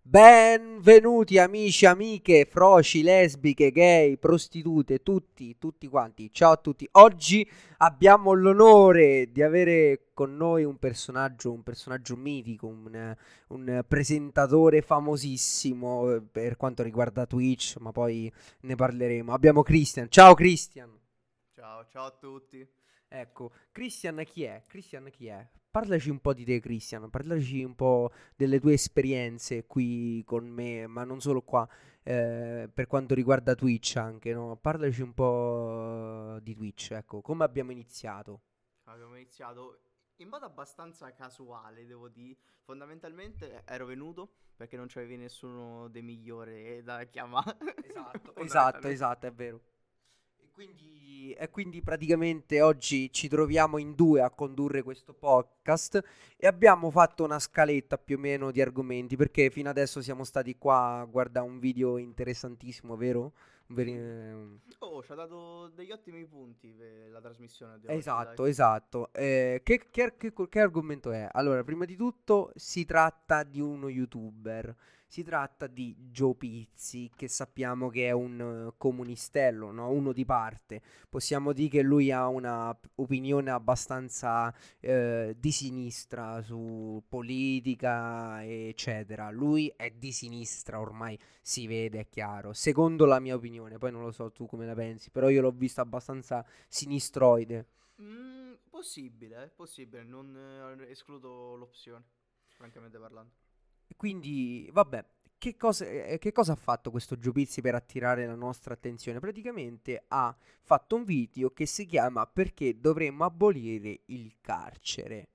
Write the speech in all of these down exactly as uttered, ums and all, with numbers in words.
Benvenuti amici, amiche, froci, lesbiche, gay, prostitute, tutti, tutti quanti. Ciao a tutti. Oggi abbiamo l'onore di avere con noi un personaggio, un personaggio mitico, un, un presentatore famosissimo eh, per quanto riguarda Twitch, ma poi ne parleremo. Abbiamo Christian. Ciao Christian. Ciao, ciao a tutti. Ecco, Christian chi è? Christian chi è? Parlaci un po' di te, Christian, parlaci un po' delle tue esperienze qui con me, ma non solo qua, eh, per quanto riguarda Twitch anche, no? Parlaci un po' di Twitch, ecco, come abbiamo iniziato. Abbiamo iniziato in modo abbastanza casuale, devo dire. Fondamentalmente ero venuto perché non c'avevi nessuno dei migliori da chiamare. Esatto, esatto, Fondamentalmente. esatto, è vero. E quindi, e quindi praticamente oggi ci troviamo in due a condurre questo podcast e abbiamo fatto una scaletta più o meno di argomenti perché fino adesso siamo stati qua a guardare un video interessantissimo, vero? Un veri- Mhm. ehm, Oh, ci ha dato degli ottimi punti per la trasmissione di oggi, dai. Esatto, esatto. Eh, che, che- che- che argomento è? Allora, prima di tutto si tratta di uno youtuber, si tratta di Joe Pizzi, che sappiamo che è un eh, comunistello, no? Uno di parte. Possiamo dire che lui ha una p- opinione abbastanza eh, di sinistra su politica, eccetera. Lui è di sinistra ormai, si vede, è chiaro. Secondo la mia opinione, poi non lo so tu come la pensi, però io l'ho visto abbastanza sinistroide. Mm, possibile, eh, possibile, non eh, escludo l'opzione, francamente parlando. E quindi, vabbè, che cosa, eh, che cosa ha fatto questo Giupizzi per attirare la nostra attenzione? Praticamente ha fatto un video che si chiama Perché dovremmo abolire il carcere.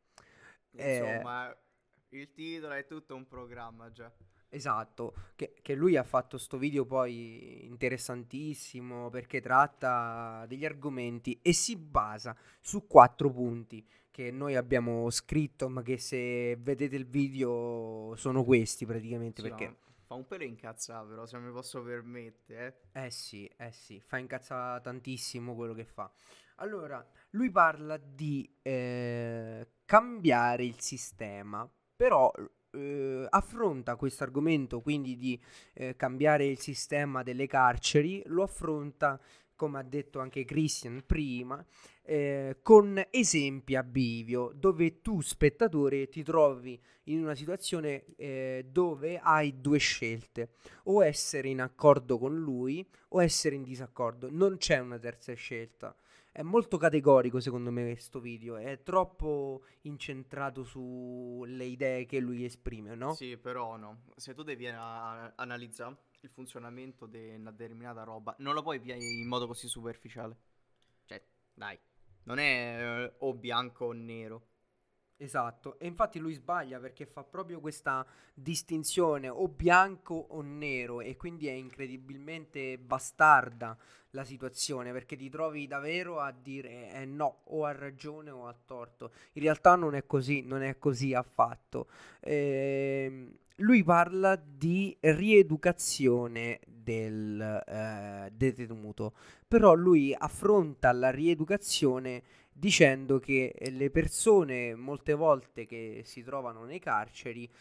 Eh, Insomma, il titolo è tutto un programma già. esatto, che, che lui ha fatto sto video poi interessantissimo perché tratta degli argomenti e si basa su quattro punti che noi abbiamo scritto, ma che se vedete il video sono questi praticamente Sì, perché ma fa un pelo incazzare, però, se mi posso permettere, eh sì, eh sì, fa incazzare tantissimo quello che fa. Allora, lui parla di eh, cambiare il sistema, però eh, affronta questo argomento, quindi di eh, cambiare il sistema delle carceri, lo affronta, come ha detto anche Christian prima, eh, con esempi a bivio, dove tu, spettatore, ti trovi in una situazione eh, dove hai due scelte o essere in accordo con lui o essere in disaccordo. Non c'è una terza scelta. È molto categorico secondo me questo video, è troppo incentrato sulle idee che lui esprime, eh? no? Sì, però no. Se tu devi a- analizzare il funzionamento di una determinata roba, non lo puoi via in modo così superficiale. Cioè, dai, non è eh, o bianco o nero. Esatto, e infatti lui sbaglia perché fa proprio questa distinzione o bianco o nero e quindi è incredibilmente bastarda la situazione perché ti trovi davvero a dire eh no, o ha ragione o ha torto. In realtà non è così, non è così affatto. Ehm, lui parla di rieducazione del eh, detenuto, però lui affronta la rieducazione dicendo che eh, le persone molte volte che si trovano nei carceri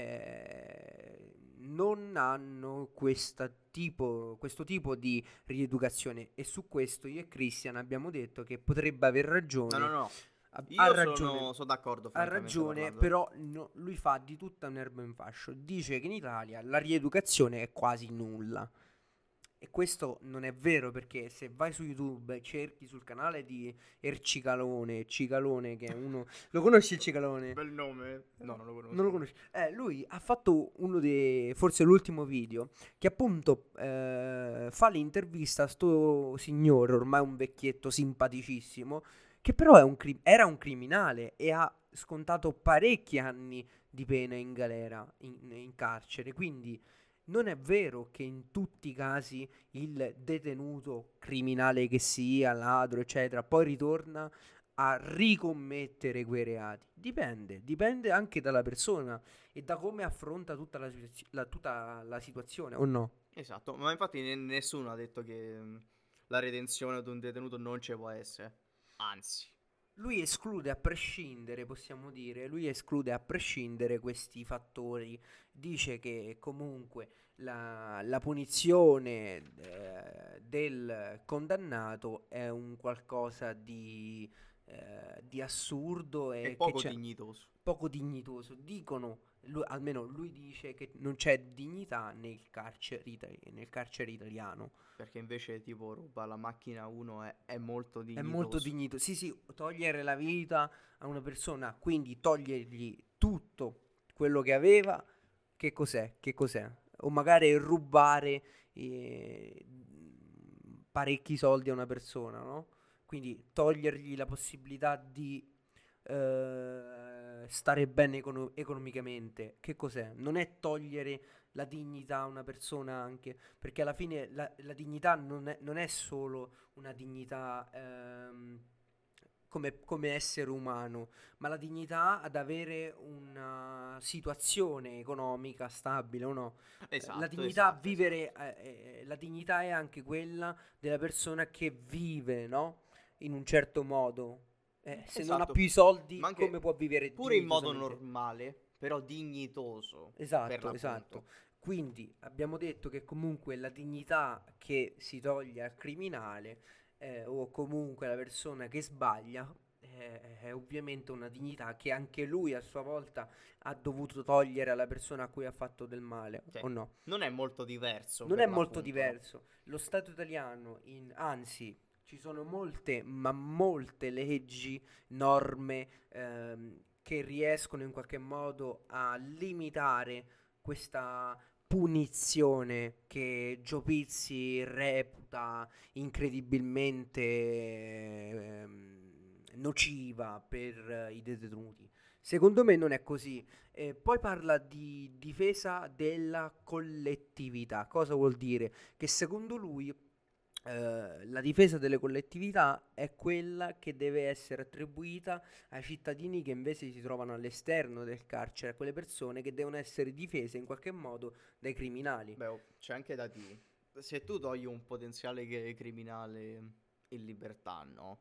eh, non hanno questa tipo, questo tipo di rieducazione e su questo io e Christian abbiamo detto che potrebbe aver No, no, ragione, no. ha, ha Io ragione, sono, sono d'accordo, ha francamente ragione, parlando. però no- lui fa di tutta un'erba in fascio, dice che in Italia la rieducazione è quasi nulla. E questo non è vero perché se vai su YouTube e cerchi sul canale di Ercicalone, Cicalone, che è uno... Lo conosci il Cicalone? Bel nome? No, non lo Non lo conosco. conosci? Eh, lui ha fatto uno dei... forse l'ultimo video, che appunto eh, fa l'intervista a sto signore, ormai un vecchietto simpaticissimo, che però è un cri- era un criminale e ha scontato parecchi anni di pena in galera, in, in carcere, quindi non è vero che in tutti i casi il detenuto criminale che sia, ladro, eccetera, poi ritorna a ricommettere quei reati. Dipende, dipende anche dalla persona e da come affronta tutta la, situazio- la- tutta la situazione, o no? Esatto, ma infatti ne- nessuno ha detto che mh, la redenzione di un detenuto non ci può essere. Anzi. Lui esclude a prescindere, possiamo dire, lui esclude a prescindere questi fattori. Dice che comunque la, la punizione eh, del condannato è un qualcosa di, eh, di assurdo È e che poco c'è dignitoso. poco dignitoso. Dicono, lui- almeno lui dice che non c'è dignità nel carcere, itali- nel carcere italiano. Perché invece tipo ruba la macchina uno è, è molto È molto dignitoso. dignitoso. Sì, sì, togliere la vita a una persona, quindi togliergli tutto quello che aveva, che cos'è? Che cos'è? O magari rubare eh, parecchi soldi a una persona, no? Quindi togliergli la possibilità di eh, stare bene econo- economicamente. Che cos'è? Non è togliere la dignità a una persona anche, perché alla fine la, la dignità non è, non è solo una dignità ehm, come, come essere umano, ma la dignità ad avere una situazione economica stabile o no. Eh, La Esatto, dignità a esatto, esatto. vivere, eh, eh, la dignità è anche quella della persona che vive, no? In un certo modo. Eh, se non ha Esatto. più i Ma soldi, come anche può vivere pure in modo dignitosamente? normale, però dignitoso, per Esatto, esatto. l'appunto. Quindi abbiamo detto che comunque la dignità che si toglie al criminale eh, o comunque alla persona che sbaglia eh, è ovviamente una dignità che anche lui a sua volta ha dovuto togliere alla persona a cui ha fatto del male, Cioè, o no? non è molto diverso, Non è per molto l'appunto, no? diverso. Lo Stato italiano, in, anzi, ci sono molte, ma molte leggi, norme ehm, che riescono in qualche modo a limitare questa punizione che Gio Pizzi reputa incredibilmente ehm, nociva per i detenuti. Secondo me non è così. Eh, poi parla di difesa della collettività. Cosa vuol dire? Che secondo lui eh, la difesa delle collettività è quella che deve essere attribuita ai cittadini che invece si trovano all'esterno del carcere, a quelle persone che devono essere difese in qualche modo dai criminali. Beh, oh, c'è anche da dire. Se tu togli un potenziale che- criminale in libertà, no?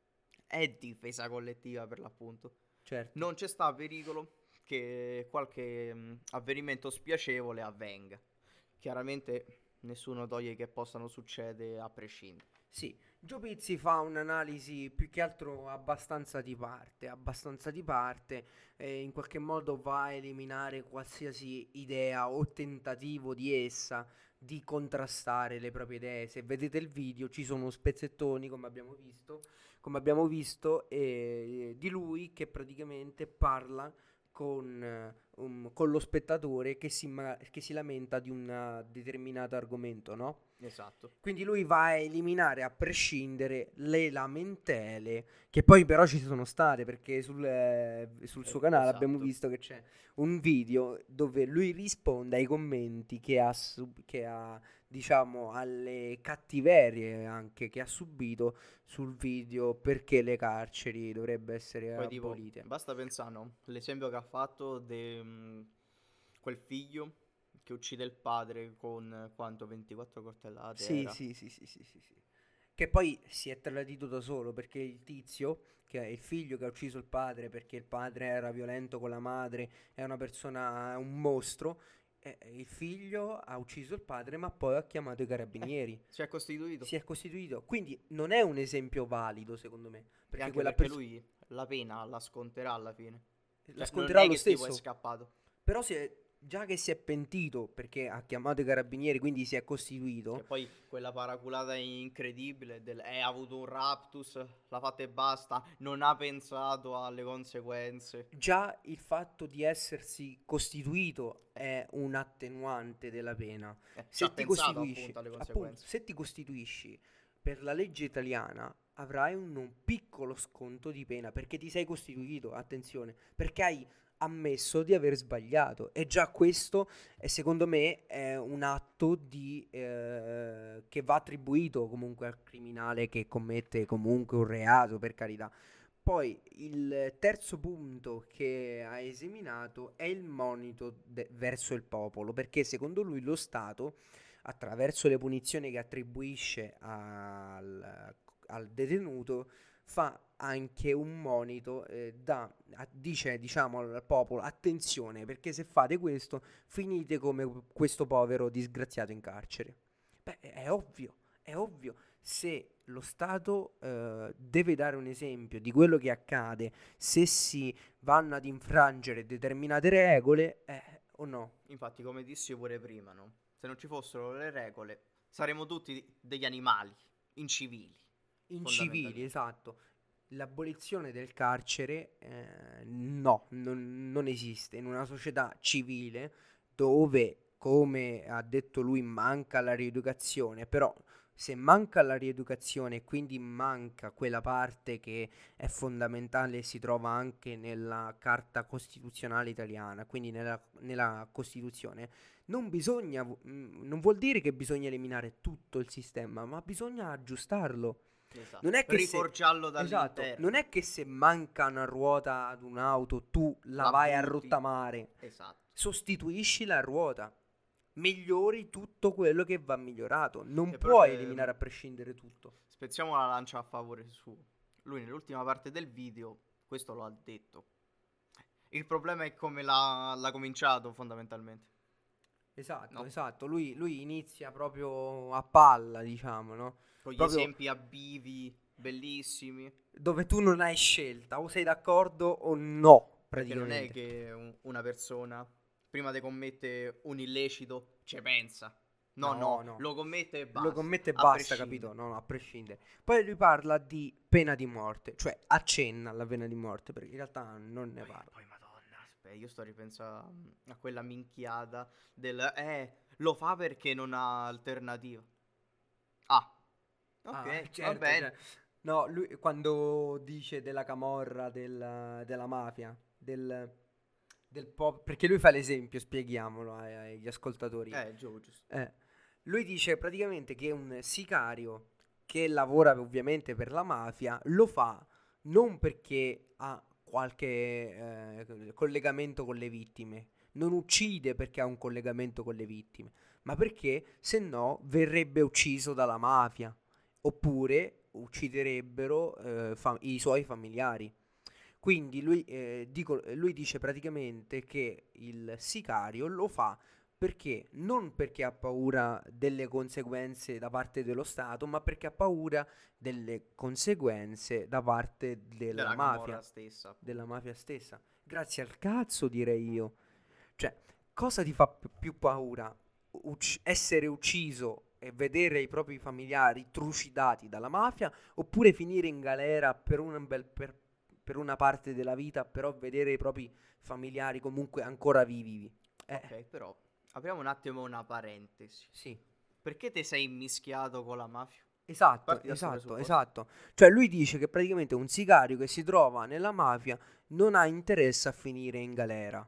È difesa collettiva per l'appunto. Certo. Non c'è sta pericolo che qualche mh, avvenimento spiacevole avvenga. Chiaramente nessuno toglie che possano succedere a prescindere. Sì, Gio Pizzi fa un'analisi più che altro abbastanza di parte, abbastanza di parte, e in qualche modo va a eliminare qualsiasi idea o tentativo di essa di contrastare le proprie idee. Se vedete il video ci sono spezzettoni, come abbiamo visto, come abbiamo visto, eh, di lui che praticamente parla con, eh, um, con lo spettatore che si, ma- che si lamenta di un determinato argomento, no? Esatto. Quindi lui va a eliminare a prescindere le lamentele, che poi però ci sono state, perché sul, eh, sul suo Eh, canale abbiamo esatto. visto che c'è un video dove lui risponde ai commenti che ha, sub- che ha diciamo, alle cattiverie anche che ha subito sul video perché le carceri dovrebbero essere Poi tipo, abolite. basta pensare, no? L'esempio che ha fatto di quel figlio che uccide il padre con eh, quanto ventiquattro coltellate Sì, era. sì, sì, sì, sì, sì, sì. Che poi si è tradito da solo perché il tizio, che è il figlio che ha ucciso il padre perché il padre era violento con la madre, è una persona, è un mostro, e e il figlio ha ucciso il padre ma poi ha chiamato i Eh, carabinieri. si è costituito. Si è costituito. Quindi non è un esempio valido secondo me, E perché anche quella perché persona lui la pena la sconterà alla fine. la Cioè, non sconterà è lo che tipo è stesso. scappato. Però si è- già che si è pentito perché ha chiamato i carabinieri, quindi si è Che costituito. poi quella paraculata incredibile del eh, ha avuto un raptus, l'ha fatta e basta, non ha pensato alle conseguenze. Già il fatto di essersi costituito Eh, è un attenuante della pena. eh, ci ha Se ti pensato costituisci, appunto alle appunto, conseguenze. se ti costituisci per la legge italiana, avrai un, un piccolo sconto di pena perché ti sei costituito, attenzione, perché hai ammesso di aver sbagliato. E già questo, è, secondo me, è un atto di, eh, che va attribuito comunque al criminale che commette comunque un reato, per carità. Poi il terzo punto che ha esaminato è il monito de- verso il popolo, perché secondo lui lo Stato, attraverso le punizioni che attribuisce al, al detenuto, fa anche un monito, eh, da, a- dice diciamo al popolo: attenzione, perché se fate questo finite come questo povero disgraziato in carcere. Beh, è ovvio, è ovvio. Se lo Stato eh, deve dare un esempio di quello che accade se si vanno ad infrangere determinate regole, eh, o no? Infatti, come dissi io pure prima, no? Se non ci fossero le regole, saremmo tutti degli animali, incivili, Incivili, fondamentalmente. esatto. L'abolizione del carcere, eh, no, non, non esiste. In una società civile dove, come ha detto lui, manca la rieducazione, però se manca la rieducazione e quindi manca quella parte che è fondamentale e si trova anche nella Carta Costituzionale italiana, quindi nella, nella Costituzione, non bisogna, mm, non vuol dire che bisogna eliminare tutto il sistema, ma bisogna aggiustarlo. Non Esatto. è che se, Riforgiarlo esatto, non dall'interno. è che se manca una ruota ad un'auto tu la La vai a butti. rottamare, Esatto. sostituisci la ruota, migliori tutto quello che va migliorato, non Che però puoi c'è... eliminare a prescindere tutto. Spezziamo la lancia a favore suo. Lui nell'ultima parte del video, questo lo ha detto. Il problema è come l'ha, l'ha cominciato, fondamentalmente. Esatto, No? esatto, lui, lui inizia proprio a palla, diciamo, no? Con gli Proprio esempi abbivi, bellissimi. dove tu non hai scelta, o sei d'accordo o no, Perché non è praticamente. che un- una persona, prima di commettere un illecito, ci pensa. No, No, no, no. lo commette e Lo basta. commette e A basta, capito? prescindere. No, no, a prescindere. Poi lui parla di pena di morte, cioè accenna alla pena di morte, perché in realtà non ne Poi, parla. poi madonna, aspetta, io sto ripensando a quella minchiata del... Eh, lo fa perché non ha alternativa. Ah, Ah, ok, va certo, bene. cioè, no, lui quando dice della camorra, del- della mafia, del, del pop, perché lui fa l'esempio, spieghiamolo ai- agli ascoltatori. Eh, giù, giusto. Eh, lui dice praticamente che un sicario che lavora ovviamente per la mafia lo fa non perché ha qualche eh, collegamento con le vittime, non uccide perché ha un collegamento con le vittime, ma perché se no verrebbe ucciso dalla mafia oppure ucciderebbero eh, fa- i suoi familiari. Quindi lui, eh, dico- lui dice praticamente che il sicario lo fa perché non perché ha paura delle conseguenze da parte dello Stato, ma perché ha paura delle conseguenze da parte della Della mafia, camorra stessa, della appunto. mafia stessa. Grazie al cazzo, direi io. Cioè, cosa ti fa p- più paura? Ucc- essere ucciso e vedere i propri familiari trucidati dalla mafia, oppure finire in galera per, un bel- per- per una parte della vita, però vedere i propri familiari comunque ancora vivi? Eh, Ok, però apriamo un attimo una parentesi. sì. Perché ti sei mischiato con la mafia? Esatto, Parti da sto esatto, presupposto. esatto. Cioè lui dice che praticamente un sicario che si trova nella mafia non ha interesse a finire in galera.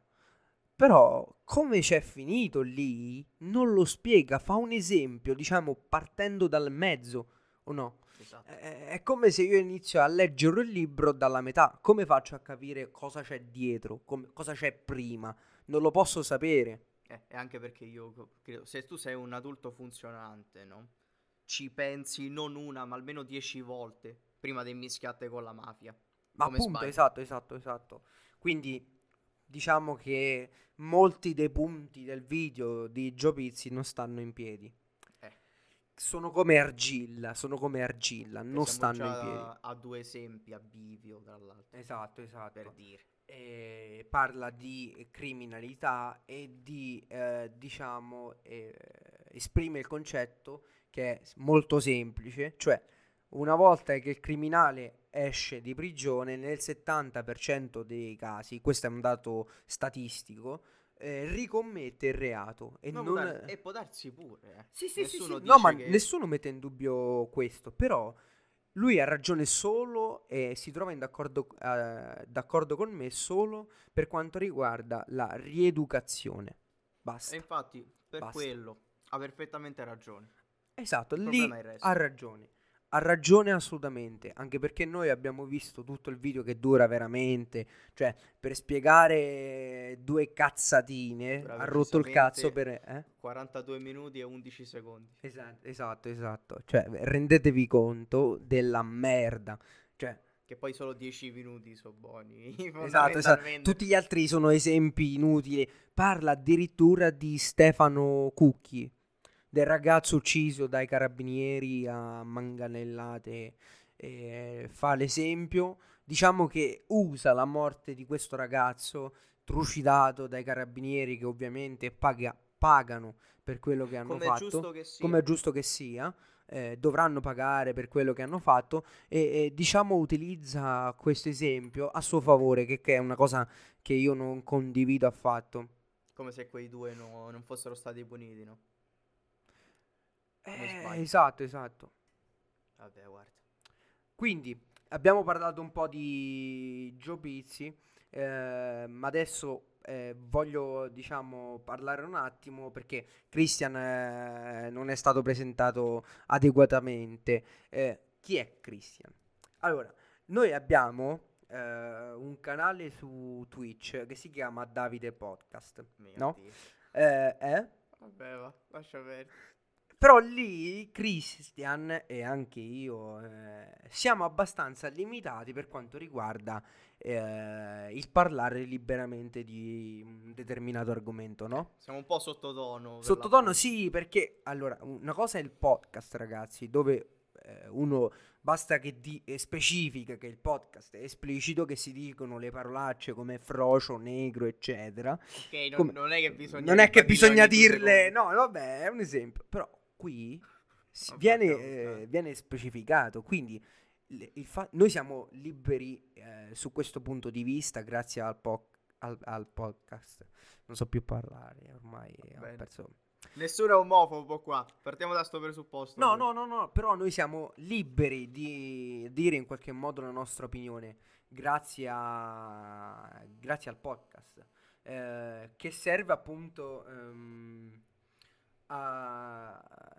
Però come c'è finito lì non lo spiega, fa un esempio, diciamo, partendo dal mezzo, o no? Esatto. È, è come se io inizio a leggere un libro dalla metà, come faccio a capire cosa c'è dietro, com- cosa c'è prima? Non lo posso sapere. Eh, e anche perché io co- credo, se tu sei un adulto funzionante, no? Ci pensi non una, ma almeno dieci volte prima di mischiarti con la mafia. Ma Come appunto, sbagli? esatto, esatto, esatto. Quindi diciamo che molti dei punti del video di Joe Pizzi non stanno in piedi. Eh, Sono come argilla, sono come argilla, e non siamo stanno in piedi. già a due esempi a bivio, tra l'altro, Esatto, per esatto. dire. E parla di criminalità e di, eh, diciamo, eh, esprime il concetto che è s- molto semplice, cioè una volta che il criminale esce di prigione, nel settanta per cento dei casi, questo è un dato statistico, eh, ricommette il reato e Ma può dar- non... e può darsi pure, eh. Sì, sì, sì, sì, Nessuno no, ma dice che... nessuno mette in dubbio questo, però lui ha ragione solo e si trova in d'accordo, eh, d'accordo con me solo per quanto riguarda la rieducazione. E Basta, infatti, per basta. quello, ha perfettamente ragione. Esatto, Il problema lì è il ha resto. ragione. Ha ragione assolutamente, anche perché noi abbiamo visto tutto il video che dura veramente, cioè per spiegare due cazzatine Dura ha rotto il cazzo precisamente per... Eh? quarantadue minuti e undici secondi. Esatto, esatto, esatto. Cioè, rendetevi conto della merda. Cioè, Che poi solo dieci minuti sono buoni, Esatto, esatto. fondamentalmente. Tutti gli altri sono esempi inutili. Parla addirittura di Stefano Cucchi, del ragazzo ucciso dai carabinieri a manganellate. Eh, fa l'esempio, diciamo che usa la morte di questo ragazzo trucidato dai carabinieri, che ovviamente paga- pagano per quello che hanno Come è fatto, giusto che sia. come è giusto che sia. Eh, dovranno pagare per quello che hanno fatto, e, e diciamo utilizza questo esempio a suo favore, che, che è una cosa che io non condivido affatto. Come se quei due no- non fossero stati puniti, no? Come Eh, sbaglio. esatto, esatto. Vabbè, guarda. Quindi abbiamo parlato un po' di Joe Pizzi, eh, ma adesso eh, voglio, diciamo, parlare un attimo perché Christian eh, non è stato presentato adeguatamente. Eh, chi è Christian? Allora, noi abbiamo eh, un canale su Twitch che si chiama Davide Podcast, Mio no? Dio. Eh, eh? Vabbè, va, lascia perdere. Però lì Christian e anche io eh, siamo abbastanza limitati per quanto riguarda eh, il parlare liberamente di un determinato argomento, no? Siamo un po' sottotono. per Sottotono l'appunto. sì, perché allora una cosa è il podcast, ragazzi, dove eh, uno basta che di- eh, specifica che il podcast è esplicito, che si dicono le parolacce come frocio, negro, eccetera. Ok, non, Come- non è che bisogna non è che ribadirlo bisogna ogni due dirle, secondi. no, vabbè, è un esempio, però qui si- Ma viene, porca eh, puttana. viene specificato, quindi il- il fa- noi siamo liberi eh, su questo punto di vista grazie al, po- al- al podcast. Non so più parlare, ormai ho Bene. perso. Nessuno è omofobo qua. Partiamo da sto presupposto. No, quindi. no, no, no, però noi siamo liberi di dire in qualche modo la nostra opinione grazie a grazie al podcast, eh, che serve appunto ehm, a,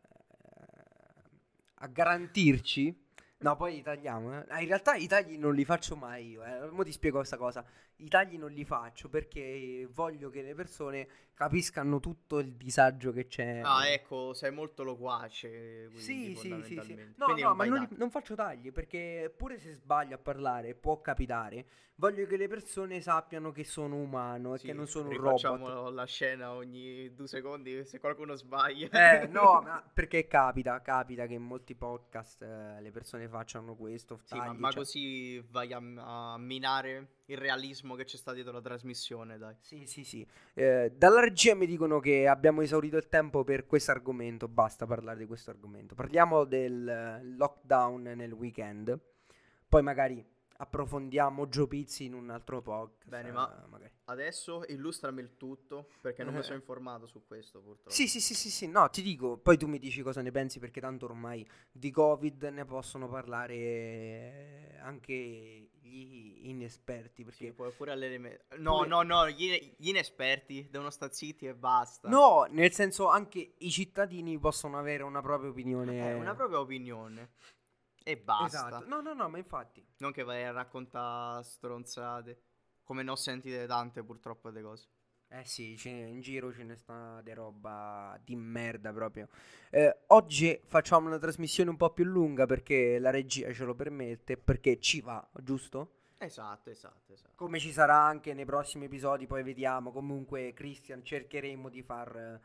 a garantirci. No, poi li tagliamo. Eh. Ah, in realtà i tagli non li faccio mai io. Eh. Mo ti spiego questa cosa. I tagli non li faccio perché voglio che le persone capiscano tutto il disagio che c'è. Ah, ecco, sei molto loquace, quindi Sì, sì, sì, sì. fondamentalmente. No, Quindi no, non ma fai non, li- tanto. non faccio tagli perché pure se sbaglio a parlare, può capitare. Voglio che le persone sappiano che sono umano e che Sì, non sono un robot. rifacciamo la scena ogni due secondi se qualcuno sbaglia. Eh, no, ma perché capita, capita che in molti podcast eh, le persone facciano questo, Sì, ma, tagli, ma cioè. così vai a, a minare il realismo che c'è stato dietro la trasmissione, dai. Sì, sì, sì. Eh, dalla regia mi dicono che abbiamo esaurito il tempo per questo argomento. Basta parlare di questo argomento. Parliamo del eh, lockdown nel weekend. Poi magari approfondiamo Joe Pizzi in un altro podcast. Bene, eh, ma magari. adesso illustrami il tutto, perché non mi sono Eh. informato su questo, purtroppo. Sì, sì, sì, sì, sì, no, ti dico, poi tu mi dici cosa ne pensi perché tanto ormai di Covid ne possono parlare eh, anche gli inesperti, perché Sì, poi pure alle elementari. No, pure- no, no, gli, gli inesperti devono stare zitti e basta. No, nel senso anche i cittadini possono avere una propria È opinione. una propria opinione. E basta. Esatto. No, no, no, ma infatti. Non che vai a raccontare stronzate. Come ne ho sentite tante purtroppo di cose. Eh sì, ce ne- in giro ce ne sta di roba di merda proprio. Eh, oggi facciamo una trasmissione un po' più lunga perché la regia ce lo permette, perché ci va, giusto? Esatto, esatto, esatto. Come ci sarà anche nei prossimi episodi, poi vediamo. Comunque, Christian, cercheremo di far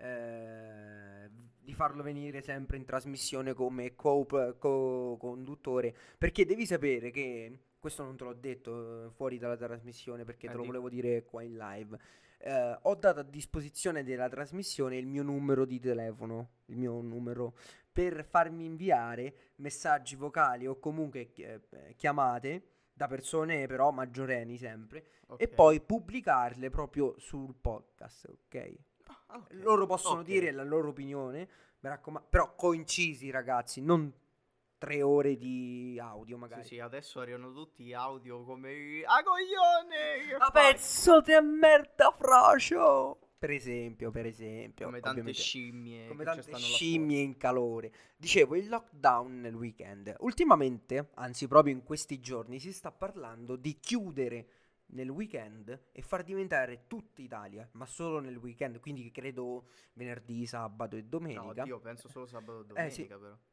eh, di farlo venire sempre in trasmissione come co- co-conduttore. Perché devi sapere che questo non te l'ho detto eh, fuori dalla trasmissione, perché Eh, te lo di- volevo dire qua in live. Eh, ho dato a disposizione della trasmissione il mio numero di telefono, il mio numero per farmi inviare messaggi vocali o comunque eh, chiamate da persone però maggiorenni sempre, ok. e poi pubblicarle proprio sul podcast, ok? Ah, ok. Loro possono Ok. dire la loro opinione, mi raccomando, però coincisi ragazzi, non tre ore di audio Sì, magari. sì, adesso arrivano tutti audio come a coglione. Che Ma fai? pezzo di merda frocio! Per esempio, per esempio, Come tante ovviamente, scimmie come che ci tante stanno là scimmie in calore. Dicevo, il lockdown nel weekend. Ultimamente, anzi proprio in questi giorni, si sta parlando di chiudere nel weekend e far diventare tutta Italia, ma solo nel weekend, quindi credo venerdì, sabato e fuori. No, domenica. oddio, penso solo sabato e Eh sì, domenica però.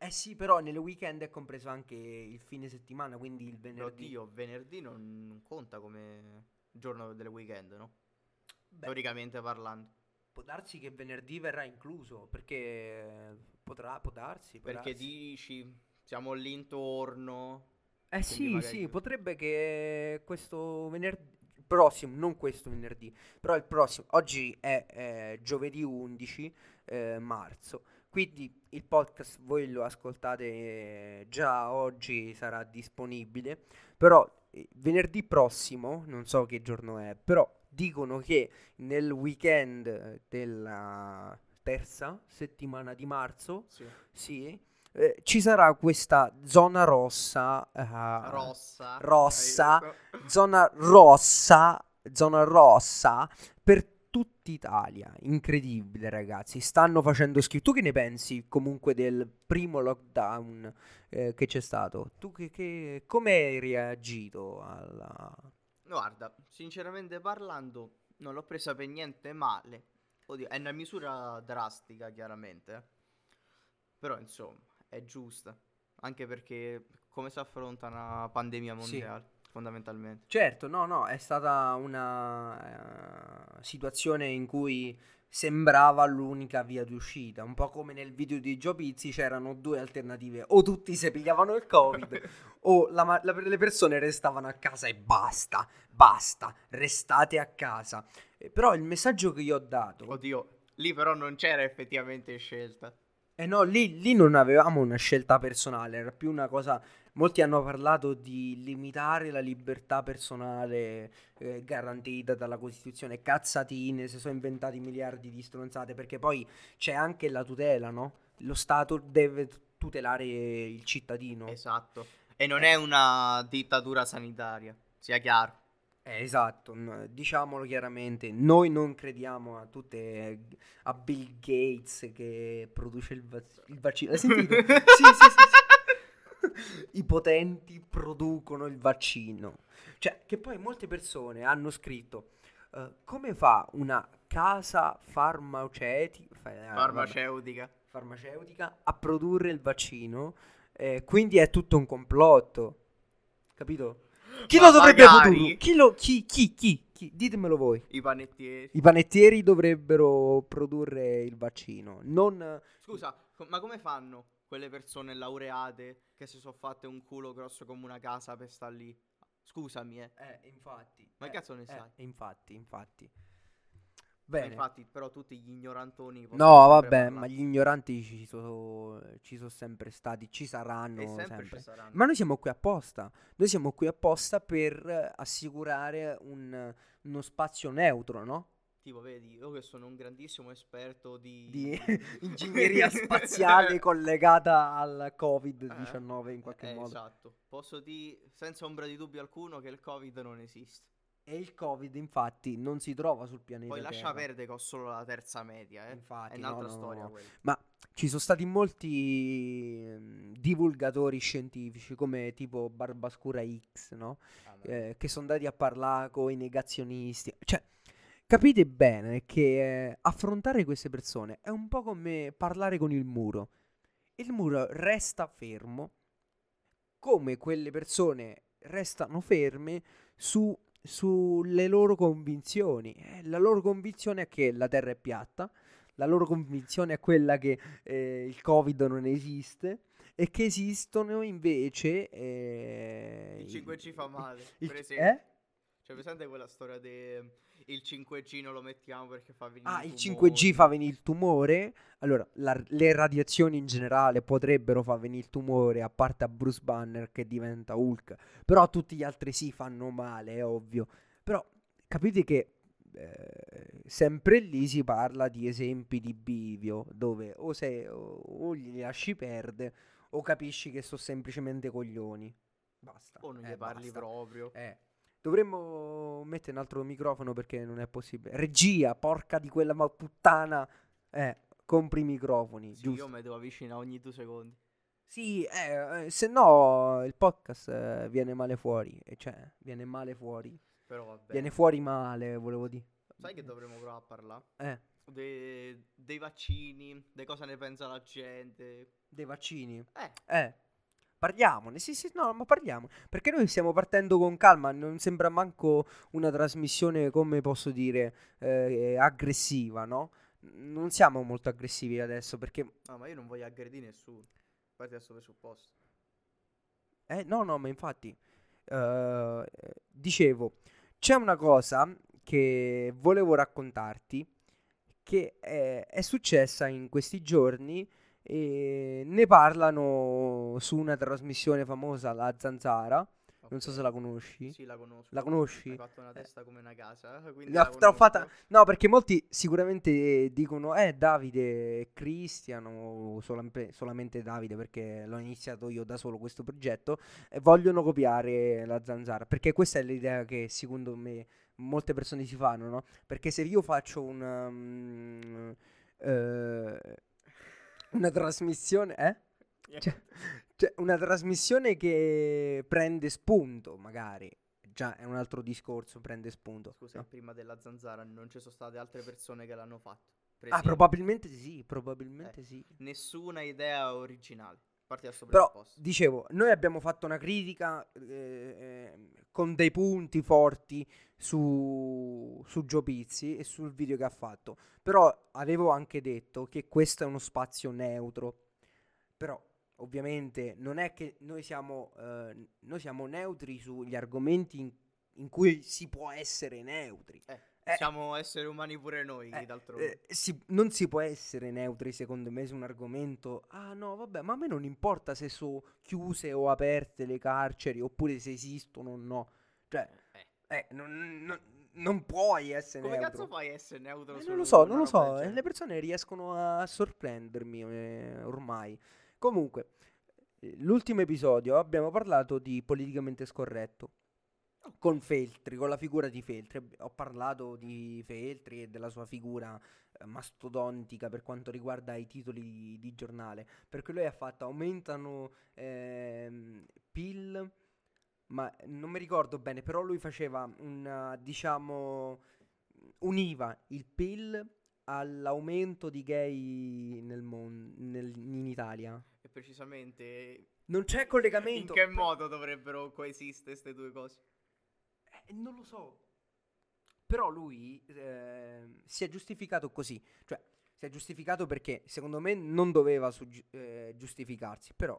Eh sì, però nel weekend è compreso anche il fine settimana, quindi il venerdì. Oddio, venerdì non, non conta come giorno del weekend, no? Beh, Teoricamente parlando. può darsi che venerdì verrà incluso, perché potrà, può darsi, può Perché darsi. dici, siamo lì intorno, Eh quindi sì, magari sì, giusto. potrebbe che questo venerdì, prossimo, non questo venerdì, però il prossimo, oggi è eh, giovedì undici eh, marzo, quindi il podcast voi lo ascoltate eh, già oggi, sarà disponibile, però eh, venerdì prossimo, non so che giorno è, però dicono che nel weekend eh, della terza settimana di marzo, Sì. sì, eh, ci sarà questa zona rossa, eh, Rossa, hai rossa, detto? zona rossa, zona rossa per tutta Italia. Incredibile, ragazzi. Stanno facendo schifo. Tu che ne pensi comunque del primo lockdown eh, che c'è stato? Tu che, che come hai reagito alla... Guarda, sinceramente parlando, non l'ho presa per niente male. Oddio, è una misura drastica, chiaramente. eh. Però, insomma, è giusta. Anche perché come si affronta una pandemia Sì. mondiale, fondamentalmente. Certo, no, no, è stata una eh, situazione in cui sembrava l'unica via d'uscita, un po' come nel video di Joe Pizzi c'erano due alternative, o tutti si pigliavano il Covid o la ma- la- le persone restavano a casa e basta, basta, restate a casa. Eh, però il messaggio che io ho dato, Oddio, lì però non c'era effettivamente scelta. eh no, lì, lì non avevamo una scelta personale, era più una cosa. Molti hanno parlato di limitare la libertà personale eh, garantita dalla Costituzione. Cazzatine, si sono inventati miliardi di stronzate, perché poi c'è anche la tutela, no? Lo Stato deve t- tutelare il cittadino. Esatto. E non Eh, è una dittatura sanitaria, sia chiaro. eh, esatto, n- diciamolo chiaramente, noi non crediamo a tutte, a Bill Gates che produce il, vac- il vaccino. Hai sentito? Sì, sì, sì, sì. I potenti producono il vaccino. Cioè, che poi molte persone hanno scritto eh, come fa una casa farmaceutica, fa- eh, vabbè, Farmaceutica. farmaceutica a produrre il vaccino? Eh, quindi è tutto un complotto, capito? Chi Ma lo dovrebbe produrre? magari Chi lo chi chi chi chi? Ditemelo voi. i panettieri. I panettieri dovrebbero produrre il vaccino, non Scusa, co- ma come fanno quelle persone laureate che si sono fatte un culo grosso come una casa per sta lì? Scusami, eh. eh, infatti, Ma che eh, cazzo ne sai? eh, infatti, infatti. Ma Bene. infatti, però tutti gli ignorantoni possono No, sempre vabbè, ma parlare. gli ignoranti ci sono ci sono sempre stati, ci E saranno sempre ci sempre. saranno. Ma noi siamo qui apposta. Noi siamo qui apposta per eh, assicurare un- uno spazio neutro, no? Tipo, vedi, io che sono un grandissimo esperto Di di... ingegneria spaziale collegata al Eh, covid diciannove in eh, qualche eh, modo. esatto. Posso dire senza ombra di dubbio alcuno che il Covid non esiste. E il Covid, infatti, non si trova sul Poi pianeta lascia Terra. perdere che ho solo la terza media, eh. È Infatti, no, un'altra no, no, storia no. quella. Ma ci sono stati molti ehm, divulgatori scientifici, come tipo Barbascura X, no? Ah, ma- Eh, che sono andati a parlare con i negazionisti. Cioè, capite bene che eh, affrontare queste persone è un po' come parlare con il muro. Il muro resta fermo, come quelle persone restano ferme su, sulle loro convinzioni. Eh, la loro convinzione è che la Terra è piatta, la loro convinzione è quella che eh, il Covid non esiste e che esistono invece eh, Il i- cinque G fa male, il- per esempio. eh? C'è presente quella storia del cinque G non lo mettiamo perché fa venire Ah, i il cinque G fa tumori? venire il tumore. Allora, la- le radiazioni in generale potrebbero far venire il tumore, a parte a Bruce Banner che diventa Hulk. Però tutti gli altri sì fanno male, è ovvio. Però capite che eh, sempre lì si parla di esempi di bivio, dove o, sei, o, o li lasci perdere o capisci che sono semplicemente coglioni. Basta. O non gli Eh, parli basta. proprio? Eh. Dovremmo mettere un altro microfono perché non è possibile. Regia, porca di quella ma puttana. Eh, compri i microfoni, Sì, io giusto? mi devo avvicinare ogni due secondi. Sì, eh, eh, se no il podcast eh, viene male fuori. E cioè, viene male fuori. Però va Viene bene. fuori male, volevo dire. Sai che dovremmo provare a parlare? Eh. De- dei vaccini, di cosa ne pensa la gente. Dei vaccini? Eh, Eh, parliamone, sì, sì, no, ma parliamo. Perché noi stiamo partendo con calma, non sembra manco una trasmissione, come posso dire, eh, aggressiva, no? Non siamo molto aggressivi adesso perché... no, ma io non voglio aggredire nessuno. Parti da questo presupposto. Eh, no, no, ma infatti, eh, dicevo, c'è una cosa che volevo raccontarti che è, è successa in questi giorni e ne parlano su una trasmissione famosa, La Zanzara. Non so se Ok. la conosci. Sì, la La conosco. Hai conosci? fatto una Eh, testa come una casa, quindi l'ho- la te l'ho fatta. conosco. No, perché molti sicuramente dicono: Eh, Davide e Cristian, o solam- solamente Davide, perché l'ho iniziato io da solo questo progetto. E vogliono copiare la Zanzara. Perché questa è l'idea che secondo me molte persone si fanno, no? Perché se io faccio una. mm, eh, una trasmissione, eh? Cioè, Niente. cioè, una trasmissione che prende spunto, magari. Già, è un altro discorso, prende spunto, Scusa, e no? prima della zanzara non ci sono state altre persone che l'hanno fatto. Per Ah, esempio. probabilmente sì, Eh, probabilmente sì. nessuna idea originale. Parti da questo Però, presupposto. dicevo, noi abbiamo fatto una critica eh, eh, con dei punti forti su, su Gio Pizzi e sul video che ha fatto. Però avevo anche detto che questo è uno spazio neutro. Però, ovviamente, non è che noi siamo, eh, noi siamo neutri sugli argomenti in, in cui si può essere neutri. Eh, Eh, siamo esseri umani pure noi, eh, d'altronde. eh, si- non si può essere neutri, secondo me, su un argomento. Ah, no, vabbè, ma a me non importa se sono chiuse o aperte le carceri, oppure se esistono o no. Cioè, Eh. eh, non, non- non puoi essere Come cazzo neutro. fai a essere neutro Eh, su non lo so, non una lo roba del so. eh, Le genere? persone riescono a sorprendermi eh, ormai. Comunque, eh, l'ultimo episodio abbiamo parlato di politicamente scorretto. Con Feltri, con la figura di Feltri. Ab- Ho parlato di Feltri e della sua figura eh, mastodontica per quanto riguarda i titoli di, di giornale. Perché lui ha fatto aumentano ehm, P I L, ma non mi ricordo bene, però lui faceva una, diciamo, univa il P I L all'aumento di gay nel mon- nel- in Italia. E precisamente Non c'è in collegamento. che però- modo dovrebbero coesistere queste due cose? eh, non lo so. Però lui ehm, si è giustificato così. Cioè, si è giustificato perché secondo me non doveva suggi- eh, giustificarsi. Però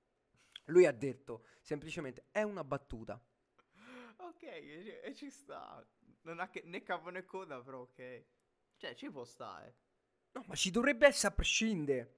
lui ha detto semplicemente è una battuta. Ok, e ci, e ci sta. Non ha che- né capo né coda, però ok. Cioè, ci può stare. No, ma ci dovrebbe essere a prescindere.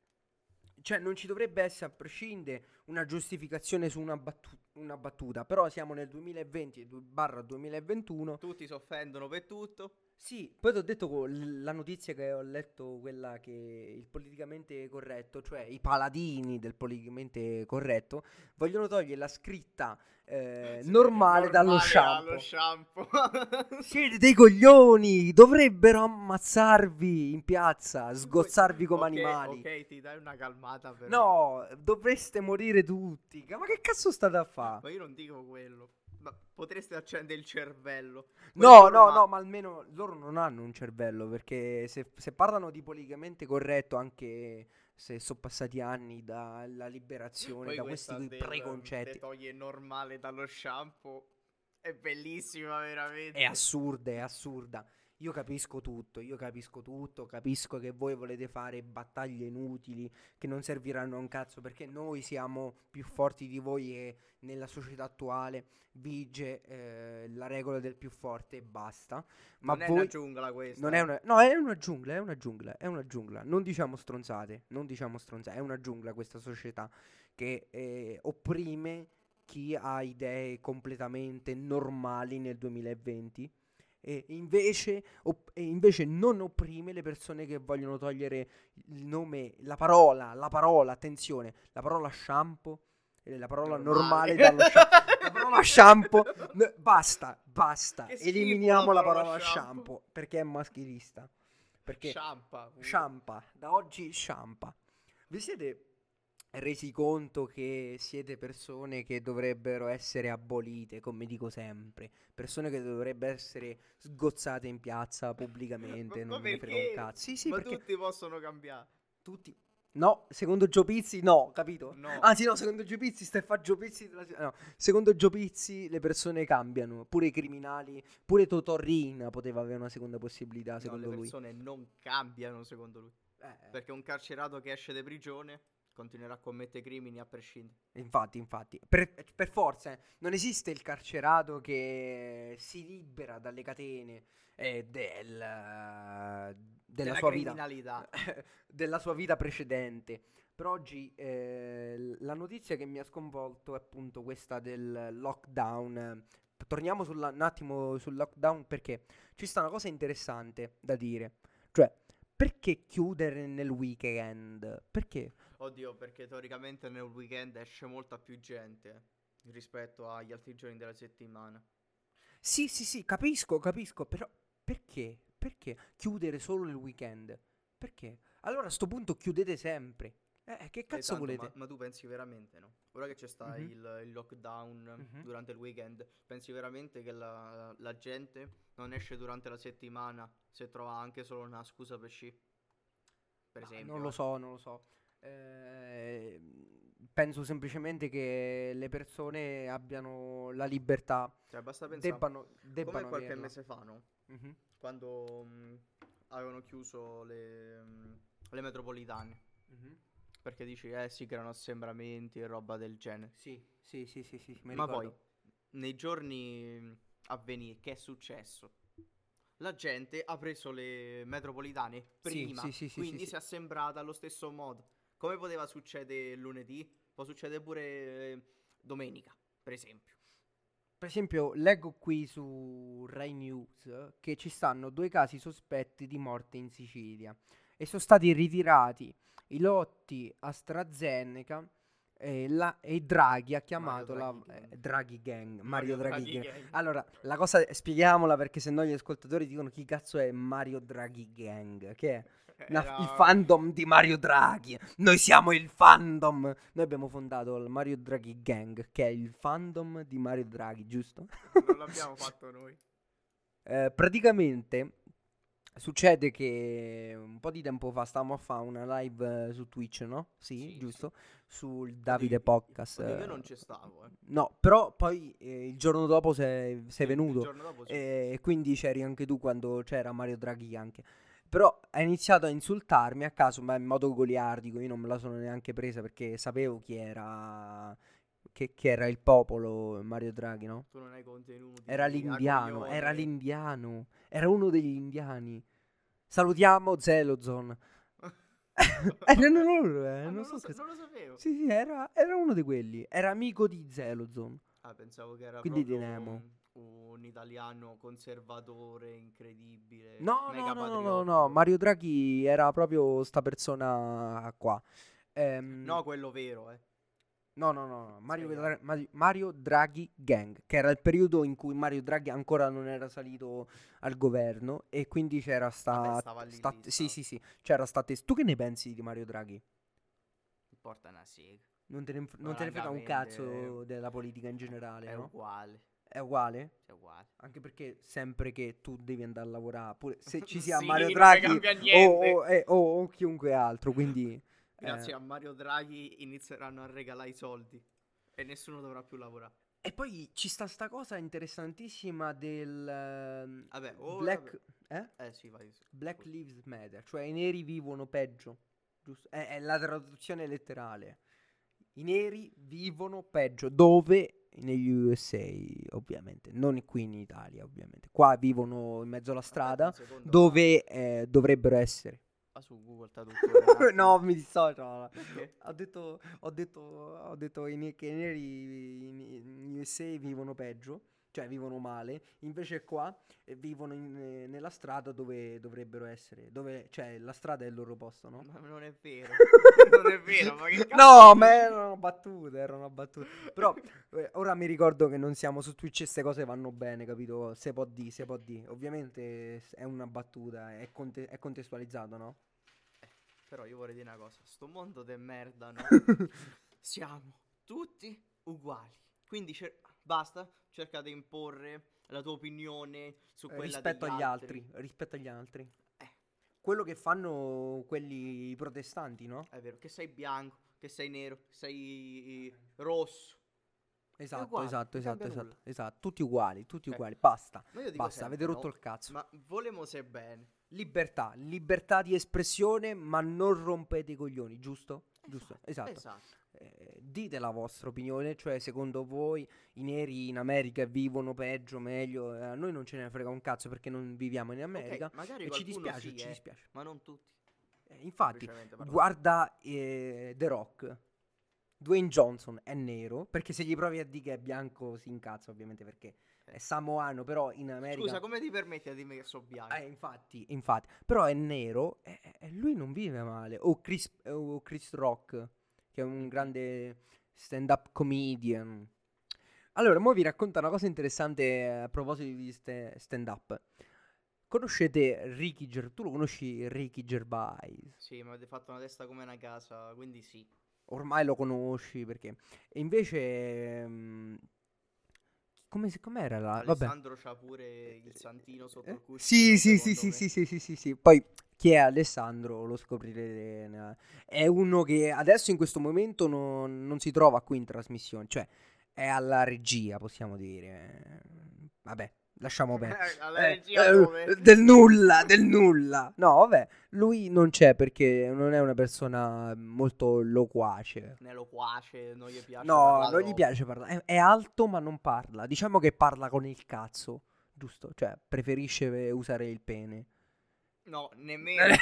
Cioè, non ci dovrebbe essere a prescindere una giustificazione su una, battu- una battuta. Però siamo nel duemilaventi barra duemilaventuno. Tutti si offendono per tutto. Sì, poi ti ho detto co- l- la notizia che ho letto, quella che il politicamente corretto, cioè i paladini del politicamente corretto, vogliono togliere la scritta eh, Sì, normale dallo normale allo shampoo. shampoo. Siete dei coglioni! Dovrebbero ammazzarvi in piazza, sgozzarvi come Ok, animali. ok, ti dai una calmata però. No, dovreste morire tutti. Ma che cazzo state a fare? Ma io non dico quello. Ma potreste accendere il cervello. Quelli No, no, norma- no, ma almeno loro non hanno un cervello perché se, se parlano di politicamente corretto, anche se sono passati anni dalla liberazione, Poi da questi questa qui del te preconcetti, toglie normale dallo shampoo è bellissima è veramente. assurda, è assurda. Io capisco tutto, io capisco tutto, capisco che voi volete fare battaglie inutili che non serviranno a un cazzo perché noi siamo più forti di voi e nella società attuale vige eh, la regola del più forte e basta. Ma Non è una voi giungla non questa, è eh. una no, è una giungla, è una giungla, è una giungla. Non diciamo stronzate, non diciamo stronzate, è una giungla questa società che eh, opprime chi ha idee completamente normali nel duemilaventi e invece, op- e invece non opprime le persone che vogliono togliere il nome, la parola, la parola, attenzione, la parola shampoo, e la parola Normale. normale dallo shampoo. La parola shampoo, n- basta, basta, Che schifo eliminiamo la la parola parola shampoo. shampoo perché è maschilista. Perché Sciampa. pure. sciampa, da oggi sciampa. Vi siete resi conto che siete persone che dovrebbero essere abolite, come dico sempre, persone che dovrebbero essere sgozzate in piazza Ma, pubblicamente, ma non me ne frega un perché? cazzo. Sì, sì, Ma perché tutti possono cambiare. tutti... No, secondo Gio Pizzi no, capito? No. Anzi no, secondo Gio Pizzi stai a fa Gio Pizzi della- no, secondo Gio Pizzi le persone cambiano, pure i criminali, pure Totò Riina poteva avere una seconda possibilità, No, le secondo lui. persone non cambiano secondo lui. Eh, Perché un carcerato che esce di prigione continuerà a commettere crimini a prescindere. Infatti, infatti, per, per forza, eh, non esiste il carcerato che si libera dalle catene eh, del, eh, della Della sua vita, criminalità. della sua vita precedente. Per oggi eh, l- la notizia che mi ha sconvolto è appunto questa del lockdown. Eh, Torniamo sulla- un attimo sul lockdown perché ci sta una cosa interessante da dire. Cioè, perché chiudere nel weekend? Perché? Oddio, perché teoricamente nel weekend esce molta più gente rispetto agli altri giorni della settimana. Sì, sì, sì, capisco, capisco, però perché? Perché chiudere solo il weekend? Perché? Allora a sto punto chiudete sempre. Eh, che cazzo Esatto, ma, volete? ma tu pensi veramente, no? Ora che c'è sta Mhm, il, il lockdown mhm. durante il weekend, pensi veramente che la, la gente non esce durante la settimana se trova anche solo una scusa per sci? Per Ma non esempio, lo eh. so, non lo so. Eh, penso semplicemente che le persone abbiano la libertà, Cioè, basta pensare, debbano, come debbano qualche averla. mese fa, no? Mhm. Quando mh, avevano chiuso le, mh, le metropolitane. Mhm. Perché dici, eh sì, che erano assembramenti e roba del genere. Sì, sì, sì, sì, sì, mi Ma poi, ricordo. nei giorni mh, a venire, che è successo? La gente ha preso le metropolitane Sì, prima, sì, sì, sì, sì, quindi si sì. è assembrata allo stesso modo. Come poteva succedere lunedì? Può succedere pure eh, domenica, per esempio. Per esempio, leggo qui su Rai News che ci stanno due casi sospetti di morte in Sicilia e sono stati ritirati i lotti AstraZeneca e, la- e Draghi ha Mario chiamato la Draghi eh, Gang. Draghi Gang, Mario Mario Draghi Draghi Gang. Gang. Allora, la cosa, spieghiamola perché sennò gli ascoltatori dicono chi cazzo è Mario Draghi Gang, che è una- il Era... fandom di Mario Draghi. Noi siamo il fandom. Noi abbiamo fondato il Mario Draghi Gang, che è il fandom di Mario Draghi, giusto? Non l'abbiamo fatto noi. Eh, praticamente succede che un po' di tempo fa stavamo a fare una live eh, su Twitch, no? Sì, Sì, sì. giusto? Sul Oddio, Davide Podcast. oddio, io eh. non ci stavo, eh. No, però poi eh, il giorno dopo sei, sei Il, il venuto giorno dopo sì. eh, e quindi c'eri anche tu quando c'era Mario Draghi anche. Però ha iniziato a insultarmi a caso, ma in modo goliardico, io non me la sono neanche presa perché sapevo chi era, che, che era il popolo Mario Draghi, no? Tu non hai Era contenuti a l'indiano, era coglione. l'indiano, era uno degli indiani. Salutiamo Zelozon. Eh, no, no, no, eh, Ah, non non lo, so sa- che... non lo sapevo. Sì, sì, era, era uno di quelli. Era amico di Zelozon, Ah, pensavo che era quindi di proprio Nemo. un, un italiano conservatore, incredibile, No, no, mega no, no, no, no, patriottico. Mario Draghi era proprio sta persona qua. Ehm, No, quello vero, eh. no, no, no, no, Mario, Spieghiamo. Dra- Mari- Mario Draghi Gang, che era il periodo in cui Mario Draghi ancora non era salito al governo e quindi c'era Vabbè, sta... stava lì sta lì, sì, stava. sì, sì, c'era sta... tes- Tu che ne pensi di Mario Draghi? Porta una sega. Non te ne, non te ne frega un Francamente cazzo della politica in generale, è no? uguale. È uguale? È uguale. Anche perché sempre che tu devi andare a lavorare, pure se ci sia Mario Sì, non mi Draghi cambia o, niente. o- eh, o- o chiunque altro, quindi... eh. Grazie a Mario Draghi inizieranno a regalare i soldi e nessuno dovrà più lavorare. E poi ci sta sta cosa interessantissima del ehm, Vabbè, ora... Black, eh? Eh sì, vai. Sì, Black scusa. Lives Matter, cioè i neri vivono peggio, giusto? È, è la traduzione letterale. I neri vivono peggio, dove? Negli U S A, ovviamente, non qui in Italia, ovviamente. Qua vivono in mezzo alla Aspetta un strada, secondo, va, dove eh, dovrebbero essere. va su Google Traduttore un attimo. No, mi dissocio. no. Perché? Ho detto, ho detto, ho detto i ne- che i neri in, in U S A vivono peggio, cioè vivono male, invece qua eh, vivono in- eh, nella strada dove dovrebbero essere, dove, cioè la strada è il loro posto, no? Ma non è vero. Non è vero, ma che cazzo No, ma dici? erano battute, erano battute. Però eh, ora mi ricordo che non siamo su Twitch e queste cose vanno bene, capito? Se può di, se può di. Ovviamente s- è una battuta, è, conte- è contestualizzato, no? Però io vorrei dire una cosa, sto mondo de merda, no? Siamo tutti uguali. Quindi cer- basta, cerca di imporre la tua opinione su Eh, quella rispetto degli agli altri. altri, rispetto agli altri. Eh, Quello che fanno quelli protestanti, no? è vero, che sei bianco, che sei nero, che sei rosso. È Esatto, uguale, esatto, non esatto, cambia esatto, nulla. esatto. Tutti uguali, tutti Cioè, uguali. Basta, ma io dico basta, avete sempre, rotto no? il cazzo. Ma volemo se bene. Libertà, libertà di espressione, ma non rompete i coglioni, giusto? Giusto, Esatto, esatto. esatto. Eh, dite la vostra opinione, cioè secondo voi i neri in America vivono peggio, meglio, eh, a noi non ce ne frega un cazzo perché non viviamo in America Ok, magari e ci qualcuno dispiace, sì, ci eh, dispiace. ma non tutti, Eh, infatti, semplicemente parlando. guarda eh, The Rock. Dwayne Johnson è nero, perché se gli provi a dire che è bianco si incazza ovviamente perché è samoano, però in America... Scusa, come ti permetti a dirmi che sono bianco? Eh, infatti, infatti, però è nero e, e lui non vive male. O Chris, o Chris Rock, che è un grande stand-up comedian. Allora, mo vi racconto una cosa interessante eh, a proposito di ste- stand-up. Conoscete Ricky Gervais? Tu lo conosci Ricky Gervais? Sì, mi avete fatto una testa come una casa, quindi sì. Ormai lo conosci perché... E invece... ehm, come si- com'era la... Vabbè. Alessandro c'ha pure il santino sotto Eh? il cuscino, Sì, sì, sì, secondo sì, me. sì, sì, sì, sì, sì. Poi chi è Alessandro lo scoprirete. nella- È uno che adesso in questo momento non, non si trova qui in trasmissione, cioè è alla regia, possiamo dire. Vabbè, lasciamo bene. Alla Eh, regia dove? eh, del nulla, del nulla. No, vabbè, lui non c'è perché non è una persona molto loquace. Ne lo quace, non gli piace No, parlare non gli troppo. piace parlare. È, è alto ma non parla. Diciamo che parla con il cazzo, giusto? Cioè, preferisce usare il pene. No, nemmeno.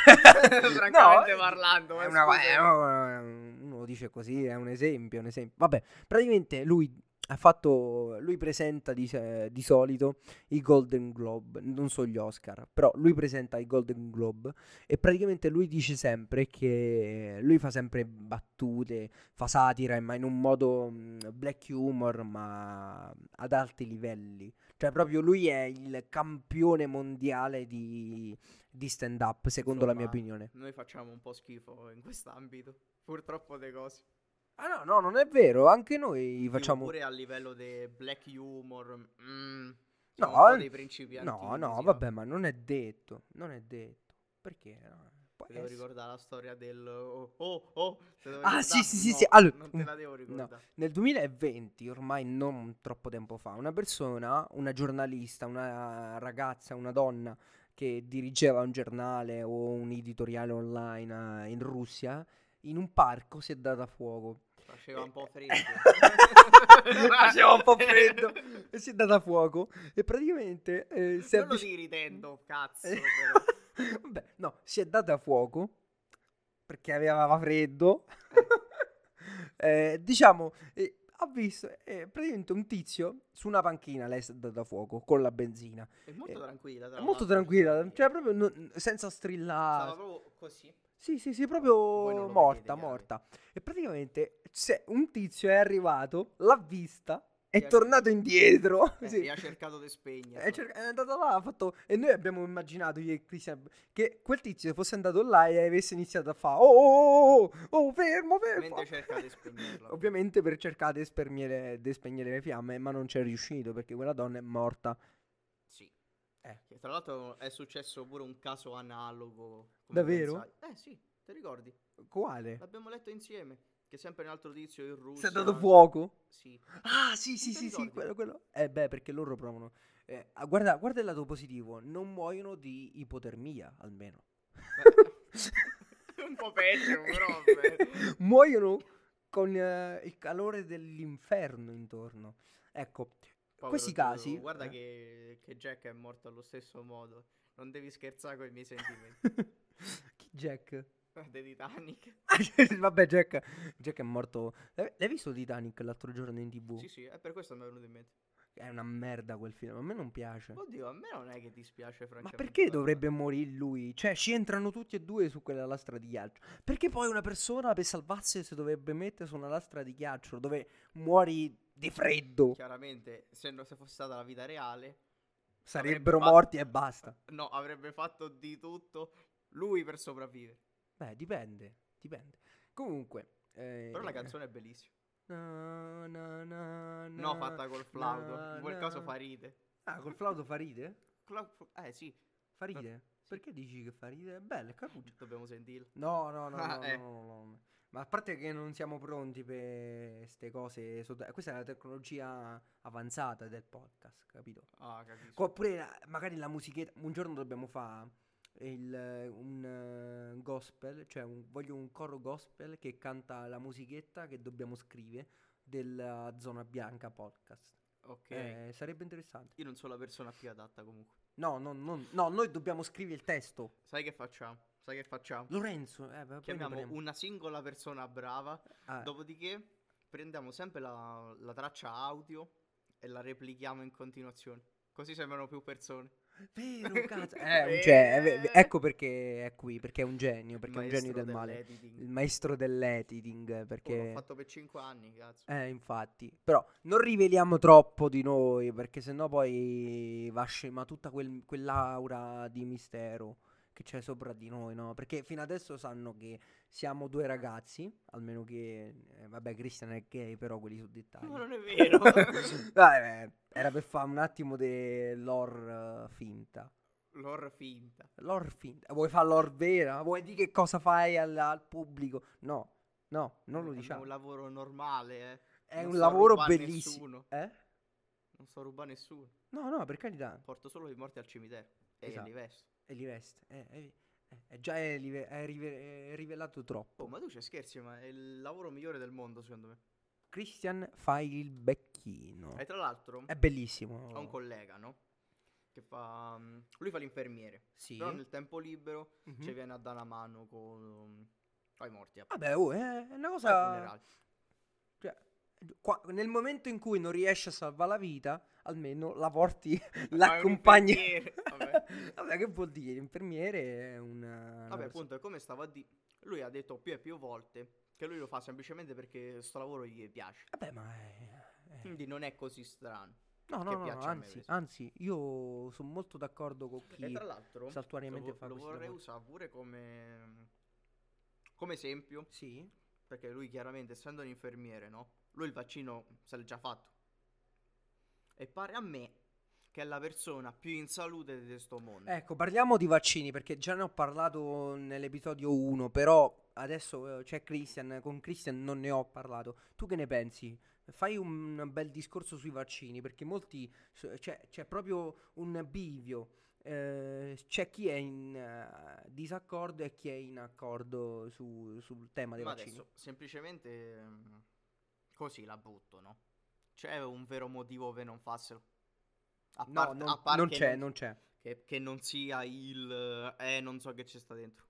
No, Francamente parlando, è eh, una, è scusami. una- uno lo dice così, è un esempio, è un esempio. Vabbè, praticamente lui ha fatto, lui presenta di, se- di solito i Golden Globe, non so gli Oscar, però lui presenta i Golden Globe e praticamente lui dice sempre che lui fa sempre battute, fa satira, ma in un modo mh, black humor, ma ad alti livelli. Cioè proprio lui è il campione mondiale di di stand up, secondo la mia Insomma, opinione. noi facciamo un po' schifo in quest'ambito. Purtroppo de cose. Ah no, no, non è vero, anche noi Dico, facciamo... pure a livello di black humor. mm, siamo un No, po' eh, dei no, principiantini, no, siamo. vabbè, ma non è detto, non è detto. Perché? No, può Ti devo essere. ricordare la storia del... Oh, oh, oh, te devo Ah, sì, ricordare? sì, sì, sì. No, Allora, non te un- la devo no, ricordare. nel duemilaventi, ormai non troppo tempo fa, una persona, una giornalista, una ragazza, una donna che dirigeva un giornale o un editoriale online eh, in Russia, in un parco si è data fuoco. Faceva Eh, un po' freddo. Faceva un po' freddo e si è data fuoco e praticamente eh, si è Non lo avvic- di ridendo, cazzo, Eh, però. Vabbè, no, si è data fuoco perché aveva freddo. Eh, diciamo, eh, ha visto eh, praticamente un tizio su una panchina, lei si è data fuoco con la benzina. È molto Eh, tranquilla, è tra molto l'altro, ci stava tranquilla, lì. cioè proprio non- senza Stava strillare. proprio così. Sì, sì, sì, Voi proprio non lo vedete, morta, chiaramente. morta. E praticamente se un tizio è arrivato, l'ha vista, E è ha cer- tornato indietro. eh, sì. e ha cercato di È, spegnerla. cer- è andato là, ha fatto... E noi abbiamo immaginato io e Cristian che quel tizio fosse andato là e avesse iniziato a fare: Oh, oh, oh, oh, oh, fermo, fermo. Mentre cerca di spegnerla. Ovviamente per cercare di spegnere, di spegnere le fiamme, ma non c'è riuscito perché quella donna è morta. Sì. Eh, Che tra l'altro è successo pure un caso analogo, come ben davvero? sai. Eh sì, ti ricordi? Quale? L'abbiamo letto insieme. Che sempre un altro tizio in Si è Russia. dato fuoco? Sì. Ah, sì, sì, Non ti sì, sì, ricordi? quello, quello. Eh, beh, perché loro provano. Eh, ah, guarda, guarda il lato positivo, non muoiono di ipotermia, almeno. Un po' peggio, però. Vabbè. Muoiono con eh, il calore dell'inferno intorno. Ecco, Povero questi Giulio, casi... guarda eh. che, che Jack è morto allo stesso modo. Non devi scherzare con i miei sentimenti. Chi Jack? The Titanic. Vabbè, Jack, Jack è morto. L'hai l'hai visto Titanic l'altro giorno in T V? Sì, sì, è per questo mi è venuto in mente. È una merda quel film, a me non piace. Oddio, a me non è che dispiace, Ma francamente. perché parlando. dovrebbe morire lui? Cioè, ci entrano tutti e due su quella lastra di ghiaccio. Perché poi una persona per salvarsi si dovrebbe mettere su una lastra di ghiaccio dove muori di freddo? Chiaramente, se, no- se fosse stata la vita reale, Sarebbero avrebbe morti fatto- e basta. No, avrebbe fatto di tutto lui per sopravvivere. Beh, dipende, dipende. Comunque... Eh, Però la canzone è bellissima. na, na, na, No, na, fatta col flauto. na, In quel caso na. fa ride. Ah, col flauto fa ride? Cla- Eh sì, Fa ride? Perché dici che fa ride? È bello, è caruccio. dobbiamo sentirla. No, no, no, Ah, no, eh. no, no, no. Ma a parte che non siamo pronti per queste cose sotto- Questa è la tecnologia avanzata del podcast, capito? Ah, capisco. Qua pure la- magari la musichetta. Un giorno dobbiamo fare il, eh, un eh, gospel, cioè un- voglio un coro gospel che canta la musichetta che dobbiamo scrivere della Zona Bianca podcast. Ok. Eh, sarebbe interessante. Io non sono la persona più adatta comunque. No, no, no, no, noi dobbiamo scrivere il testo. Sai che facciamo? Sai che facciamo? Lorenzo, eh, poi ne Chiamiamo parliamo. una singola persona brava. Ah, Dopodiché prendiamo sempre la, la traccia audio e la replichiamo in continuazione. Così sembrano più persone. vero, cazzo. È un genio. Ecco perché è qui, perché è un genio, perché è un genio del male. dell'editing. Il maestro dell'editing, Oh, l'ho perché... fatto per cinque anni, cazzo. Eh, infatti. Però non riveliamo troppo di noi, perché sennò poi va a scema tutta quel- quell'aura di mistero che c'è sopra di noi, no? Perché fino adesso sanno che siamo due ragazzi, almeno che... eh, vabbè, Christian è gay, però quelli sono dettagli. No, non è vero. Vabbè, era per fare un attimo di lore eh, finta. L'or finta. Lore finta. Vuoi fare lore vera? Vuoi dire che cosa fai al, al pubblico? No, no, non lo È diciamo. un lavoro normale, eh. È non un sto a lavoro rubare bellissimo. nessuno. Eh? Non sto a rubare nessuno. No, no, per carità. Porto solo i morti al cimitero. E Esatto. li vesto. E li veste. Eh, eh, eh, è già è, live- è rive- è rivelato troppo. Oh, ma tu ci scherzi, ma è il lavoro migliore del mondo, secondo me. Christian, fai il becchino. E tra l'altro, È bellissimo. ho un collega, no? Che fa... mm, Lui fa l'infermiere. Sì. Però nel tempo libero Mhm. ci viene a dare una mano con... con i morti. a- Vabbè, oh, è una ai cosa... funerali. Cioè, qua- nel momento in cui non riesci a salvare la vita, almeno la porti, l'accompagni. infermiere, vabbè. Vabbè, che vuol dire? L'infermiere è una... una Vabbè, persona- appunto, è come stavo a dire. Lui ha detto più e più volte che lui lo fa semplicemente perché sto lavoro gli piace. Vabbè, ma è... è- Quindi non è così strano. No, che no, no, no, piaccia a me, anzi, questo. anzi, io sono molto d'accordo con chi E tra l'altro, saltuariamente lo, fa lo questo vorrei lavoro. usare pure come, come esempio. Sì? Perché lui chiaramente, essendo un infermiere, no? Lui il vaccino se l'ha già fatto. E pare a me che è la persona più in salute di questo mondo. Ecco, parliamo di vaccini perché già ne ho parlato nell'episodio uno, però adesso eh, c'è Christian, con Christian non ne ho parlato. Tu che ne pensi? Fai un bel discorso sui vaccini perché molti, so- c'è, c'è proprio un bivio. Eh, c'è chi è in eh, disaccordo e chi è in accordo su- sul tema dei Ma vaccini. adesso, semplicemente mm, così la butto, no? C'è un vero motivo per non farselo? A No, parte- non, a parte non che c'è, non- non c'è. Che, che non sia il... Eh, non so che c'è sta dentro.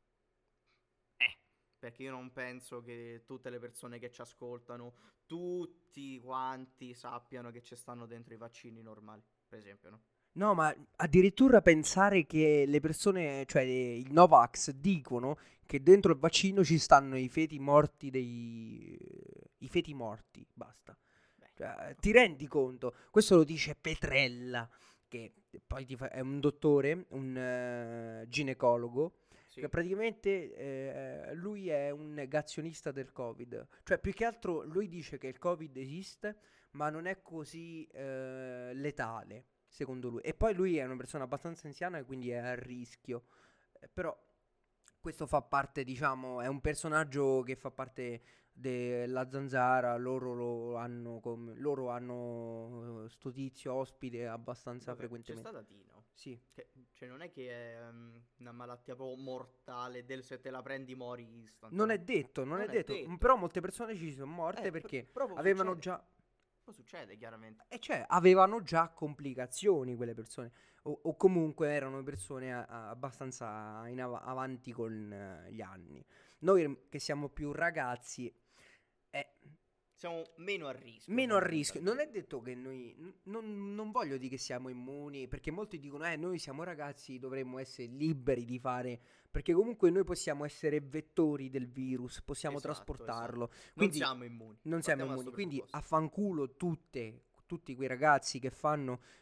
Eh, perché io non penso che tutte le persone che ci ascoltano, tutti quanti sappiano che ci stanno dentro i vaccini normali, per esempio, no? No, ma addirittura pensare che le persone, cioè le- i Novax, dicono che dentro il vaccino ci stanno i feti morti dei... i feti morti, basta. Beh, Cioè, ti rendi conto? Questo lo dice Petrella, che poi ti fa- è un dottore, un eh, ginecologo, sì. che praticamente eh, lui è un negazionista del Covid. Cioè, più che altro lui dice che il Covid esiste, ma non è così eh, letale, secondo lui. E poi lui è una persona abbastanza anziana e quindi è a rischio. Eh, però questo fa parte, diciamo, è un personaggio che fa parte della zanzara. Loro lo hanno come loro hanno eh, sto tizio ospite abbastanza Vabbè, c'è frequentemente. stata Tino. Sì. Che, cioè, non è che è um, una malattia proprio mortale, del se te la prendi mori instant. Non no? è detto, non, Non è, è detto. detto. Però molte persone ci sono morte Eh, pr- perché proprio avevano succede. già Poi succede, chiaramente. e cioè avevano già complicazioni quelle persone o, o comunque erano persone a- a- abbastanza in av- avanti con eh, gli anni. Noi che siamo più ragazzi è Siamo meno a rischio. meno a rischio. Non è fondamentalmente. detto che noi n- non, non voglio dire che siamo immuni, perché molti dicono eh noi siamo ragazzi, dovremmo essere liberi di fare, perché comunque noi possiamo essere vettori del virus, possiamo Esatto, trasportarlo. Non Quindi siamo immuni. non siamo Partiamo da immuni, sto quindi presupposto. affanculo tutte, tutti quei ragazzi che fanno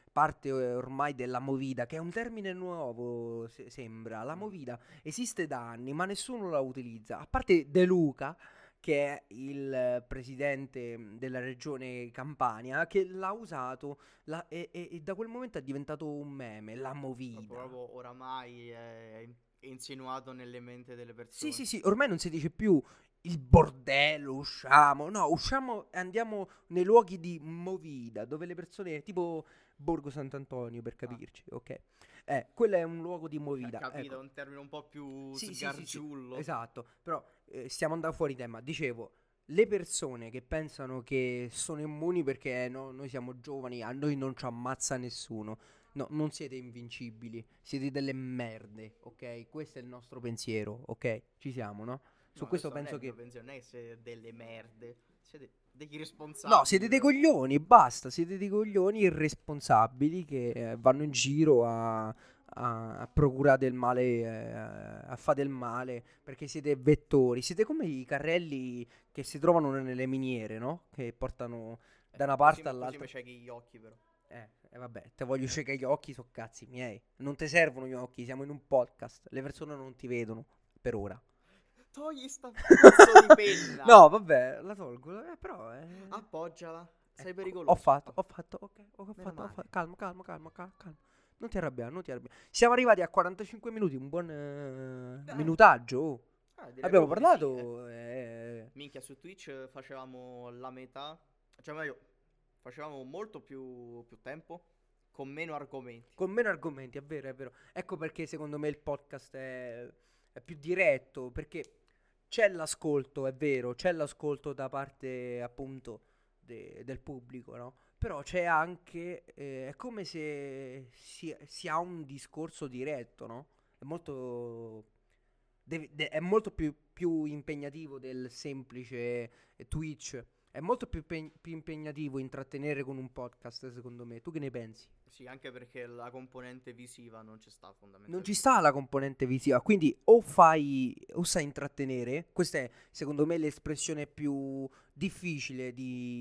parte eh, ormai della movida, che è un termine nuovo, se- sembra. La Mm. movida esiste da anni, ma nessuno la utilizza. A parte De Luca, che è il eh, presidente mh, della regione Campania, che l'ha usato la- e, e- e da quel momento è diventato un meme, la Ma movida. proprio oramai è è insinuato nelle menti delle Sì, persone. sì, sì, ormai non si dice più il bordello, usciamo. No, usciamo e andiamo nei luoghi di movida, dove le persone, tipo Borgo Sant'Antonio, per Ah, capirci, ok? Eh, quello è un luogo di ca- movida, capito, è ecco. un termine un po' più Sì, sì, sì, sì, sgargiullo. esatto. Però eh, stiamo andando fuori tema. Dicevo, le persone che pensano che sono immuni perché no, noi siamo giovani, a noi non ci ammazza nessuno. No, non siete invincibili, siete delle merde, ok? Questo è il nostro pensiero, ok? Ci siamo, no? Su No, questo questo non è penso il mio che... pensiero, non è che siete delle merde, siete degli No, responsabili siete dei però. coglioni, basta, siete dei coglioni irresponsabili che eh, vanno in giro a, a, a procurare del male, eh, a fare del male, perché siete vettori, siete come i carrelli che si trovano nelle miniere, no? Che portano Eh, da una così, parte me- così all'altra. mi ciechi gli occhi però. Eh, e vabbè, te voglio sceglie gli occhi, so cazzi miei. Non ti servono gli occhi, siamo in un podcast, le persone non ti vedono, per ora. Togli sta pezzo di penna. No, vabbè, la tolgo, eh, però... Eh... Appoggiala, sei Ecco, ho pericoloso. fatto, Oh, ho fatto, ok, ho meno fatto, ho male. fatto, calma, calma, calma, calma, calma. Non ti arrabbiare, non ti arrabbiare. Siamo arrivati a quarantacinque minuti, un buon eh, Eh, minutaggio. Oh. eh, direi Abbiamo proprio di sì, eh. parlato, eh, Minchia, su Twitch facevamo la metà, cioè meglio, facevamo molto più, più tempo con meno argomenti. con meno argomenti, è vero, è vero. Ecco perché secondo me il podcast è, è più diretto, perché c'è l'ascolto, è vero, c'è l'ascolto da parte appunto de- del pubblico, no? Però c'è anche, eh, è come se si, si ha un discorso diretto, no? È molto, deve- de- è molto più, più impegnativo del semplice eh, Twitch. È molto più, pe- più impegnativo intrattenere con un podcast, secondo me. Tu che ne pensi? Sì, anche perché la componente visiva non ci sta Non ci fondamentalmente. sta la componente visiva, quindi o fai o sai intrattenere, questa è secondo me l'espressione più difficile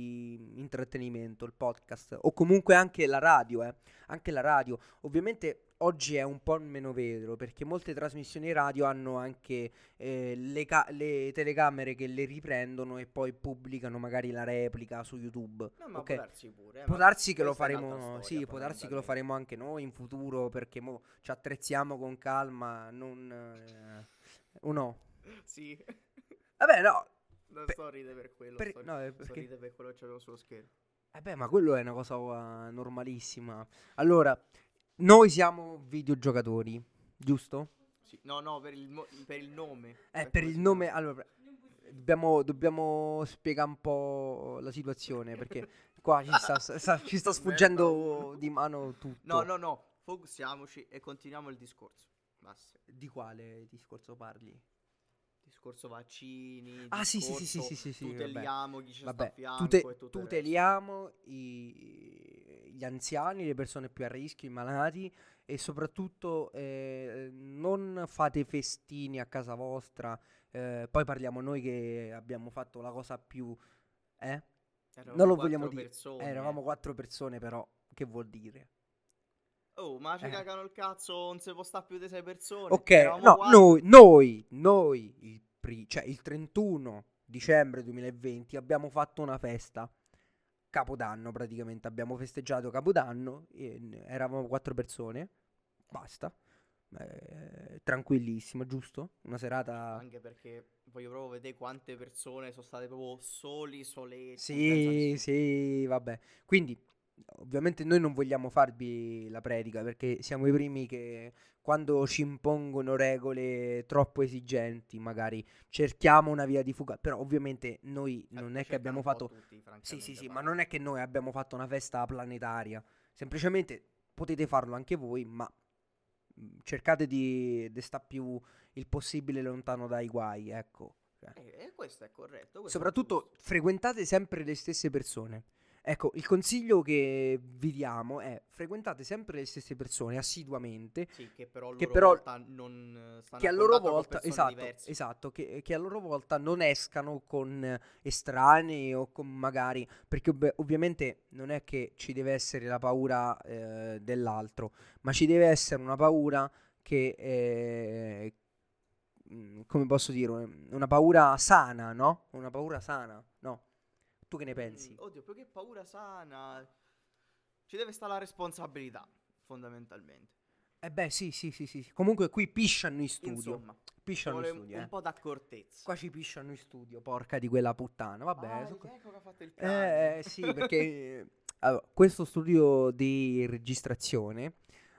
di intrattenimento, il podcast, o comunque anche la radio, eh. Anche la radio. Ovviamente oggi è un po' meno vero, perché molte trasmissioni radio hanno anche eh, le, ca- le telecamere che le riprendono e poi pubblicano magari la replica su YouTube, No, ma può ok? darsi pure, eh, Può ma darsi che lo questa è un'altra faremo, storia sì, può darsi che lo fondamentalmente. faremo anche noi in futuro perché mo ci attrezziamo con calma, non... Eh, o no? Sì, Vabbè, no. non pe- sto ridere per quello, per- sto, no, eh, sto perché? ridere per quello che c'avevo sullo schermo. Eh beh, ma quello è una cosa uh, normalissima. Allora, noi siamo videogiocatori, giusto? Sì, no, no, per il, mo- per il nome, Eh, per per come il si nome, chiama. allora, dobbiamo, dobbiamo spiegare un po' la situazione perché qua ci sta, sta- ci sta Merda sfuggendo uno. di mano No, tutto. no, no, focussiamoci e continuiamo il discorso. Basta. Di quale discorso parli? Discorso vaccini, Ah, sì, sì, sì, sì, discorso sì, sì, sì, vabbè. tuteliamo chi ci sta a Vabbè, fianco tute- e tutto il resto. tuteliamo i- gli anziani, le persone più a rischio, i malati e soprattutto eh, non fate festini a casa vostra. Eh, poi parliamo noi che abbiamo fatto la cosa più... Eh? Non Eravamo lo vogliamo quattro dire. Eh, persone, eh. eravamo quattro persone, però che vuol dire? Oh, ma ci Eh. cagano il cazzo, non se può sta più di sei persone. Ok, Eravamo no, quattro. noi, noi, noi, il, pri- cioè il trentuno dicembre duemilaventi abbiamo fatto una festa, Capodanno praticamente, abbiamo festeggiato Capodanno, e n- eravamo quattro persone, basta, eh, tranquillissimo, giusto? Una serata... Anche perché voglio proprio vedere quante persone sono state proprio soli, soletti, senza Sì, nessuno. sì, vabbè. Quindi, ovviamente noi non vogliamo farvi la predica perché siamo i primi che quando ci impongono regole troppo esigenti, magari cerchiamo una via di fuga. Però ovviamente noi Eh, non lo è che cercano abbiamo un po' fatto... tutti, Sì, sì, francamente sì, ma parlando. non è che noi abbiamo fatto una festa planetaria. Semplicemente potete farlo anche voi, ma mm, cercate di, di stare più il possibile lontano dai guai, ecco. Cioè. E, e questo è corretto, questo è Soprattutto giusto. frequentate sempre le stesse persone. Ecco, il consiglio che vi diamo è frequentate sempre le stesse persone assiduamente, Sì, che però a che loro però volta non eh, stanno che a a loro contatto con volta, persone esatto, diverse. esatto, che, che a loro volta non escano con eh, estranei o con magari, perché ovvi- ovviamente non è che ci deve essere la paura eh, dell'altro, ma ci deve essere una paura che, eh, mm, come posso dire, una paura sana, no? Una paura sana, no? Tu che ne Mm, pensi? oddio, più che paura sana, ci deve stare la responsabilità, fondamentalmente. Eh beh, sì, sì, sì, sì. Comunque qui pisciano in studio. Insomma, ci Pisciano in vuole un, studio, un eh. po' d'accortezza. Qua ci pisciano in studio, porca di quella puttana. Vabbè, Ah, so co- ecco che ha fatto il cane. eh, eh, sì, perché eh, allora, questo studio di registrazione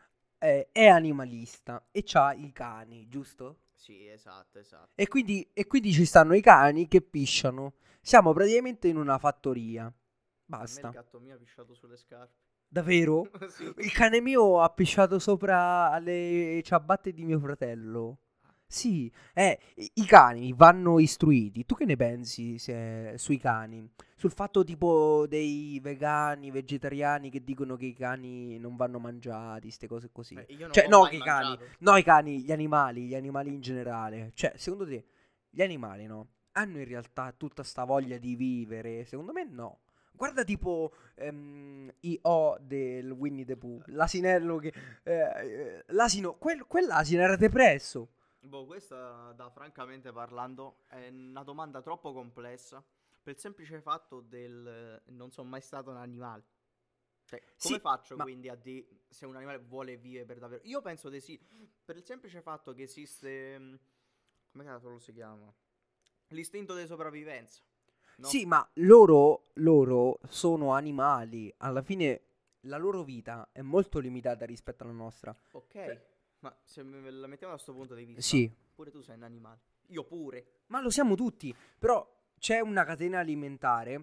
eh, è animalista e c'ha i cani, giusto? Sì, esatto, esatto. E quindi, e quindi ci stanno i cani che pisciano. Siamo praticamente in una fattoria. A me il Basta. gatto mio ha pisciato sulle scarpe. Davvero? Sì. Il cane mio ha pisciato sopra le ciabatte di mio fratello. Sì, eh, i i cani vanno istruiti. Tu che ne pensi se- sui cani? Sul fatto tipo dei vegani, vegetariani che dicono che i cani non vanno mangiati, queste cose così. Eh, io non Cioè, l'ho no, mai che i cani, mangiato. no, i cani, gli animali, gli animali in generale. Cioè, secondo te, gli animali, no? Hanno in realtà tutta sta voglia di vivere? Secondo me no. Guarda tipo ehm, I O del Winnie the Pooh, l'asinello che... eh, eh, l'asino, quel- quell'asino era depresso. Boh, questa, da francamente parlando, è una domanda troppo complessa. Per il semplice fatto del eh, non sono mai stato un animale. Cioè, come Sì, faccio ma quindi a dire se un animale vuole vivere per davvero? Io penso di sì, per il semplice fatto che esiste, mm, come cavolo si chiama? L'istinto di sopravvivenza, no? sì, ma loro, loro sono animali. Alla fine la loro vita è molto limitata rispetto alla nostra. Cioè, Ok, ma se me la mettiamo da questo punto di vista, sì, pure tu sei un animale. Io pure. ma lo siamo tutti. Però c'è una catena alimentare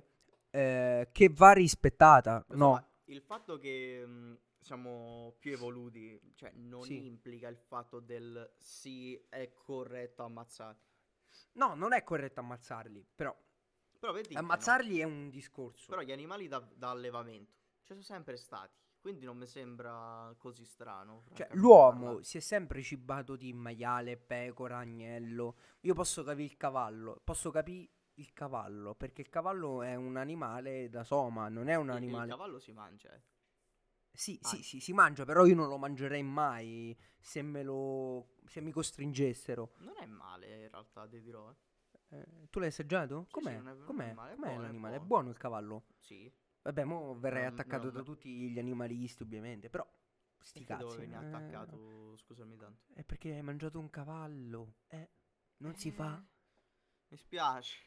eh, che va rispettata, Lo so, ma no? il fatto che mh, siamo più evoluti, cioè, non Sì. implica il fatto del sì, è corretto ammazzare. No, non è corretto ammazzarli, però Però vedi che no. ammazzarli è un discorso. Però gli animali da, da allevamento ci sono sempre stati. Quindi non mi sembra così strano, Cioè, francamente l'uomo parlando. si è sempre cibato di maiale, pecora, agnello. Io posso capire il cavallo, posso capire il cavallo, perché il cavallo è un animale da soma, non è un Il, il animale... cavallo si mangia, eh. Sì, sì, Anche. sì, si mangia, però io non lo mangerei mai se me lo... se mi costringessero. Non è male in realtà, ti dirò, eh. Eh, tu l'hai assaggiato? Sì, sì, Com'è? non è, non è Com'è? male, è Com'è buono, è l'animale? È buono. buono il cavallo? Sì. Vabbè, mo verrei Non, attaccato non, da non- tutti gli animalisti, ovviamente, però... Sti Perché devo cazzi. venire Eh, attaccato, scusami tanto. è perché hai mangiato un cavallo. Eh, non si fa. Eh, mi spiace.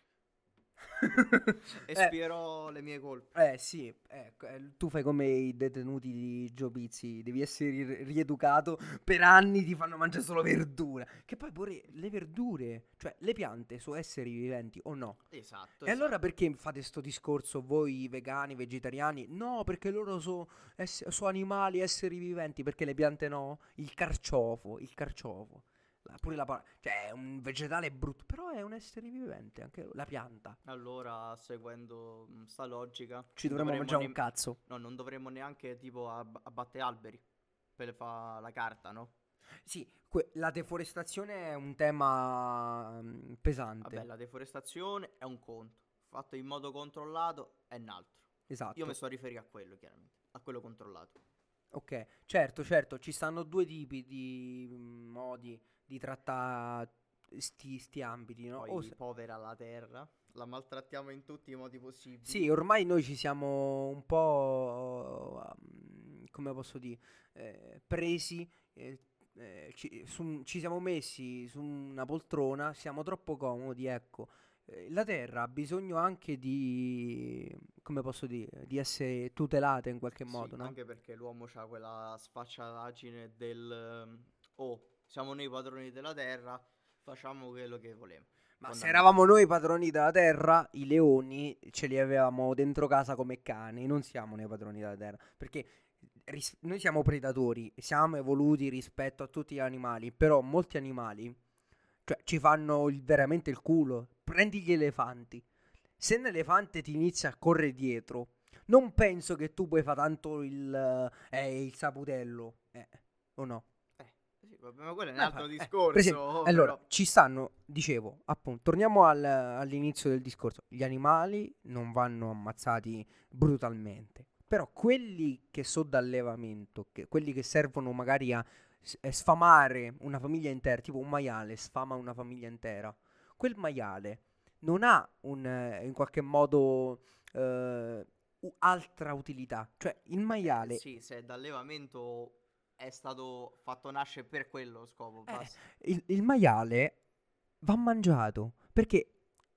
eh, Espierò le mie colpe. eh sì, ecco, eh, tu fai come i detenuti di Joe Pizzi, devi essere ri- rieducato, per anni ti fanno mangiare solo verdura. Che poi pure le verdure, cioè le piante sono esseri viventi o no? Esatto, E allora esatto. perché fate sto discorso voi vegani, vegetariani? No, perché loro sono animali, esseri viventi, perché le piante no? Il carciofo, il carciofo. La- pure la parola, cioè è un vegetale brutto, però è un essere vivente, anche la pianta. Allora, seguendo mh, sta logica, Ci dovremmo dovremmo mangiare un ne- cazzo. no, non dovremmo neanche tipo ab- abbattere alberi per fare la carta, no? Sì, que- la deforestazione è un tema mm, Vabbè, pesante. la deforestazione è un conto, fatto in modo controllato è un altro. Io mi Esatto. sto a riferire a quello, chiaramente, a quello controllato. Ok, certo, certo, ci stanno due tipi di mm, modi di trattare sti, sti ambiti, no? O Poi se- povera la terra, la maltrattiamo in tutti i modi possibili. sì, ormai noi ci siamo un po', mm, come posso dire, eh, presi, eh, eh, ci, su- ci siamo messi su una poltrona, siamo troppo comodi, ecco. Eh, La terra ha bisogno anche di, come posso dire, di essere tutelata in qualche Sì, modo, no? anche perché l'uomo ha quella sfacciataggine del ehm, oh, siamo noi padroni della terra, facciamo quello che volemo. Ma se eravamo Fondamentalmente. noi padroni della terra, i leoni ce li avevamo dentro casa come cani, non siamo noi padroni della terra, perché ris- noi siamo predatori, siamo evoluti rispetto a tutti gli animali, però molti animali, cioè, ci fanno il- veramente il culo. Prendi gli elefanti. Se un elefante ti inizia a correre dietro, non penso che tu puoi fare tanto il, eh, il saputello, eh, o no? Eh, sì, vabbè, ma quello è un Eh, altro fa- eh, discorso, per esempio, allora, però. ci stanno, dicevo, appunto, torniamo al- all'inizio del discorso. Gli animali non vanno ammazzati brutalmente, però quelli che sono d'allevamento, che- quelli che servono magari a s- eh, sfamare una famiglia intera, tipo un maiale sfama una famiglia intera, quel maiale non ha un, eh, in qualche modo, eh, u- altra utilità. Cioè, il Eh, maiale, sì, se d'allevamento è stato fatto nascere per quello scopo, eh, basta. il, il maiale va mangiato perché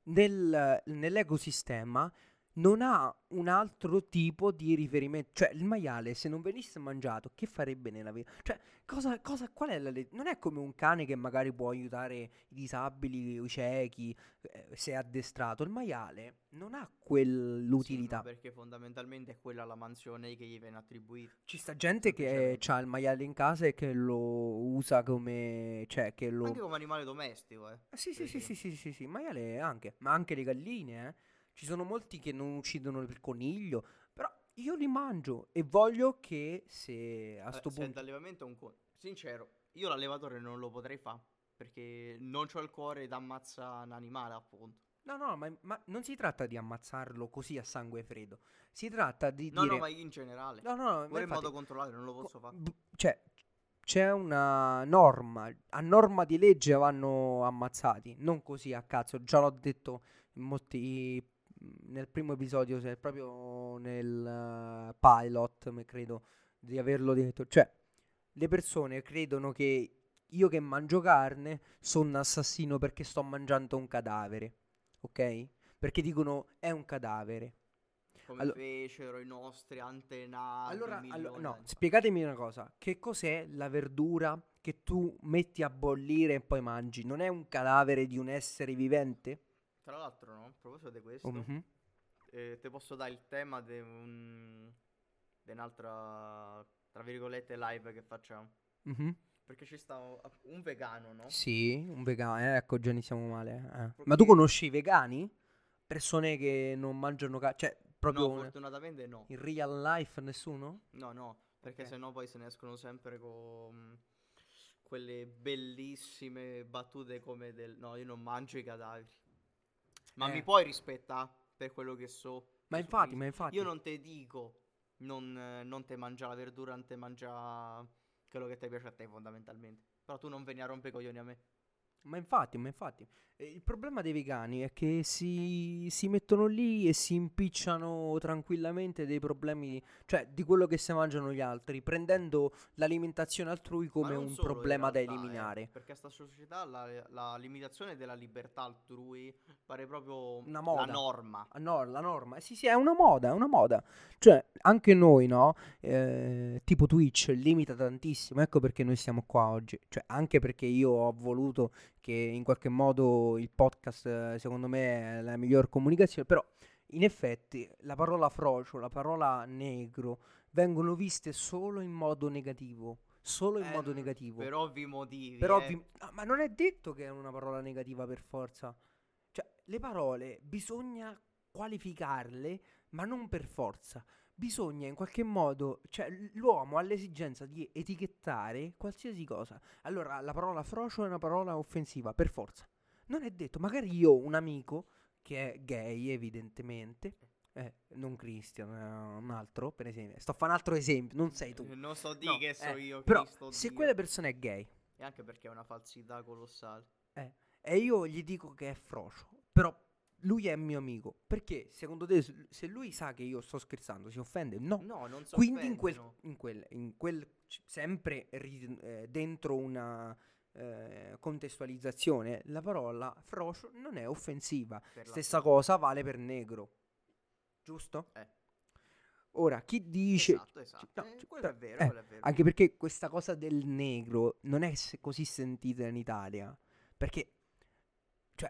nel- nell'ecosistema non ha un altro tipo di riferimento. Cioè, il maiale, se non venisse mangiato, che farebbe nella vita? Cioè, cosa, cosa, qual è la le- non è come un cane che magari può aiutare i disabili, i ciechi, eh, se è addestrato. Il maiale non ha Sì, ma quell'utilità. perché fondamentalmente è quella la mansione che gli viene attribuita. Ci sta gente che Semplicemente. ha il maiale in casa e che lo usa come, cioè, che Anche lo. come animale domestico, eh. Ah, sì, Per sì, sì, sì, esempio. sì, sì, sì, maiale anche, ma anche le galline, eh. Ci sono molti che non uccidono il coniglio, però io li mangio e voglio che se a Vabbè, sto se è punto. d'allevamento è un conto. Sincero, io l'allevatore non lo potrei fare. Perché non c'ho il cuore d'ammazza un animale, appunto. No, no, ma, ma non si tratta di ammazzarlo così a sangue freddo, si tratta di No, no, dire. ma in generale. No, no, no, ma Pure in infatti, modo controllato non lo co- posso fare. b- cioè, c'è una norma, a norma di legge vanno ammazzati, non così a cazzo, già l'ho detto in molti, nel primo episodio, se proprio nel eh, pilot, me credo di averlo detto, cioè, le persone credono che io che mangio carne sono un assassino perché sto mangiando un cadavere, ok? Perché dicono è un cadavere. Come Allora, fecero i nostri antenati allora, allo- milioni di no, anni fa. spiegatemi una cosa. Che cos'è la verdura che tu metti a bollire e poi mangi? Non è un cadavere di un essere vivente? Tra l'altro, no? A proposito di Oh, questo, mhm, eh, ti posso dare il tema di un, di un'altra, tra virgolette, live che facciamo. mhm. Perché ci sta un un vegano, no? Sì, un vegano. Eh, ecco, già iniziamo male. eh. Pro- Ma tu Che, conosci i vegani? Persone che non mangiano carne? Cioè, no, proprio un- fortunatamente no. in real life nessuno? No, no, perché Ok. sennò poi se ne escono sempre con quelle bellissime battute come del no, io non mangio i cadaveri. Ma mi Eh, puoi rispettare per quello che so, ma Gesù infatti, ma Cristo? Io infatti. non te dico non, eh, non te mangia la verdura, non te mangia quello che ti piace a te fondamentalmente. Però tu non vieni a rompere i coglioni a me. Ma infatti, ma infatti, eh, il problema dei vegani è che si, si mettono lì e si impicciano tranquillamente dei problemi, cioè di quello che si mangiano gli altri, prendendo l'alimentazione altrui Ma come non un solo in problema da realtà, eh, eliminare. perché sta società la, la limitazione della libertà altrui pare proprio Una la moda. norma. Ah, no, la norma. Eh, sì, sì, è una moda, è una moda. Cioè, anche noi, no? Eh, tipo Twitch limita tantissimo. Ecco perché noi siamo qua oggi. Cioè, anche perché io ho voluto che in qualche modo il podcast, eh, secondo me, è la miglior comunicazione. Però, in effetti, la parola frocio, la parola negro vengono viste solo in modo negativo. Solo in modo Ehm, negativo. per ovvi motivi, Per eh. ovvi. Ah, ma non è detto che è una parola negativa per forza. Cioè, le parole bisogna qualificarle, ma non per forza. Bisogna in qualche modo, cioè l- l'uomo ha l'esigenza di etichettare qualsiasi cosa. Allora, la parola frocio è una parola offensiva, per forza. Non è detto, magari io ho un amico che è gay, evidentemente, eh, non Christian, eh, un altro, per esempio. Sto a fare un altro esempio, non sei tu. Eh, Non so di No, che so eh, io, però Cristo se Dio. quella persona è gay, E anche perché è una falsità colossale. eh, e io gli dico che è frocio, però lui è mio amico. Perché secondo te, s- se lui sa che io sto scherzando, si offende? No. No, non si Quindi in quel, offendono. in quel, in quel c- sempre ri- eh, dentro una eh, contestualizzazione, la parola frocio non è offensiva. Per Stessa l'appunto. cosa vale per negro, giusto? Eh, Ora, chi dice. esatto, c- esatto. no, Eh, c- quello però- è vero, eh, quello è vero. anche perché questa cosa del negro non è se- così sentita in Italia. Perché, cioè,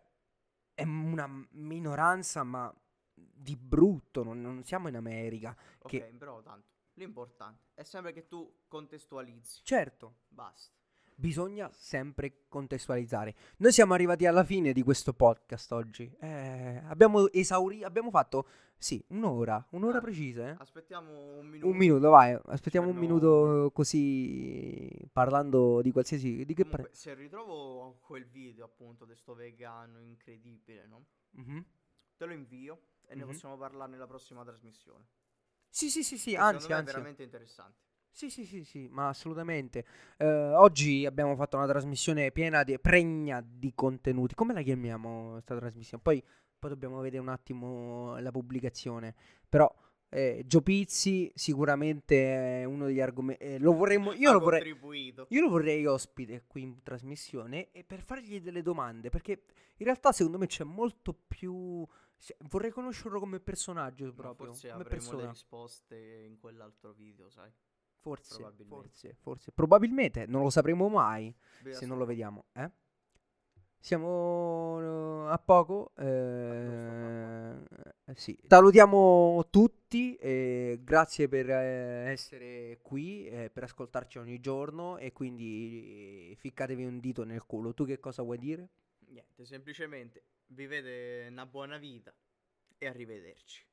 è una minoranza, ma di brutto. Non, non siamo in America. Ok, Che, però tanto. L'importante è sempre che tu contestualizzi. certo, Basta. bisogna sempre contestualizzare. Noi siamo arrivati alla fine di questo podcast oggi. Eh, abbiamo esaurito, abbiamo fatto, sì, un'ora, un'ora Ah, precisa, eh? Aspettiamo un minuto. Un minuto, vai, aspettiamo un Per minuto così parlando di qualsiasi... Di che Comunque, pare... se ritrovo quel video appunto di sto vegano incredibile, no? Mhm, Te lo invio e ne mhm. possiamo parlare nella prossima trasmissione. Sì, sì, sì, sì, Che anzi, secondo me è anzi. veramente interessante. Sì, sì, sì, sì, ma assolutamente. Eh, oggi abbiamo fatto una trasmissione piena di, pregna di contenuti. Come la chiamiamo questa trasmissione? Poi, poi dobbiamo vedere un attimo la pubblicazione. Però eh, Gio Pizzi sicuramente è uno degli argomenti. Eh, lo vorremmo. Io Ha lo vorrei. contribuito. Io lo vorrei ospite qui in trasmissione e per fargli delle domande. Perché in realtà secondo me c'è molto più. se- Vorrei conoscerlo come personaggio Ma proprio. forse Come avremo le persona. risposte in quell'altro video, sai? Forse, Probabilmente. forse, forse. Probabilmente non lo sapremo mai Vedi se a non sto lo fatto. vediamo. Eh? Siamo eh, a poco. Abbiamo sto fatto, eh, eh, sì. Salutiamo tutti. eh, grazie per eh, essere qui, eh, per ascoltarci ogni giorno. E quindi eh, ficcatevi un dito nel culo. Tu che cosa vuoi dire? Niente, semplicemente vivete una buona vita e arrivederci.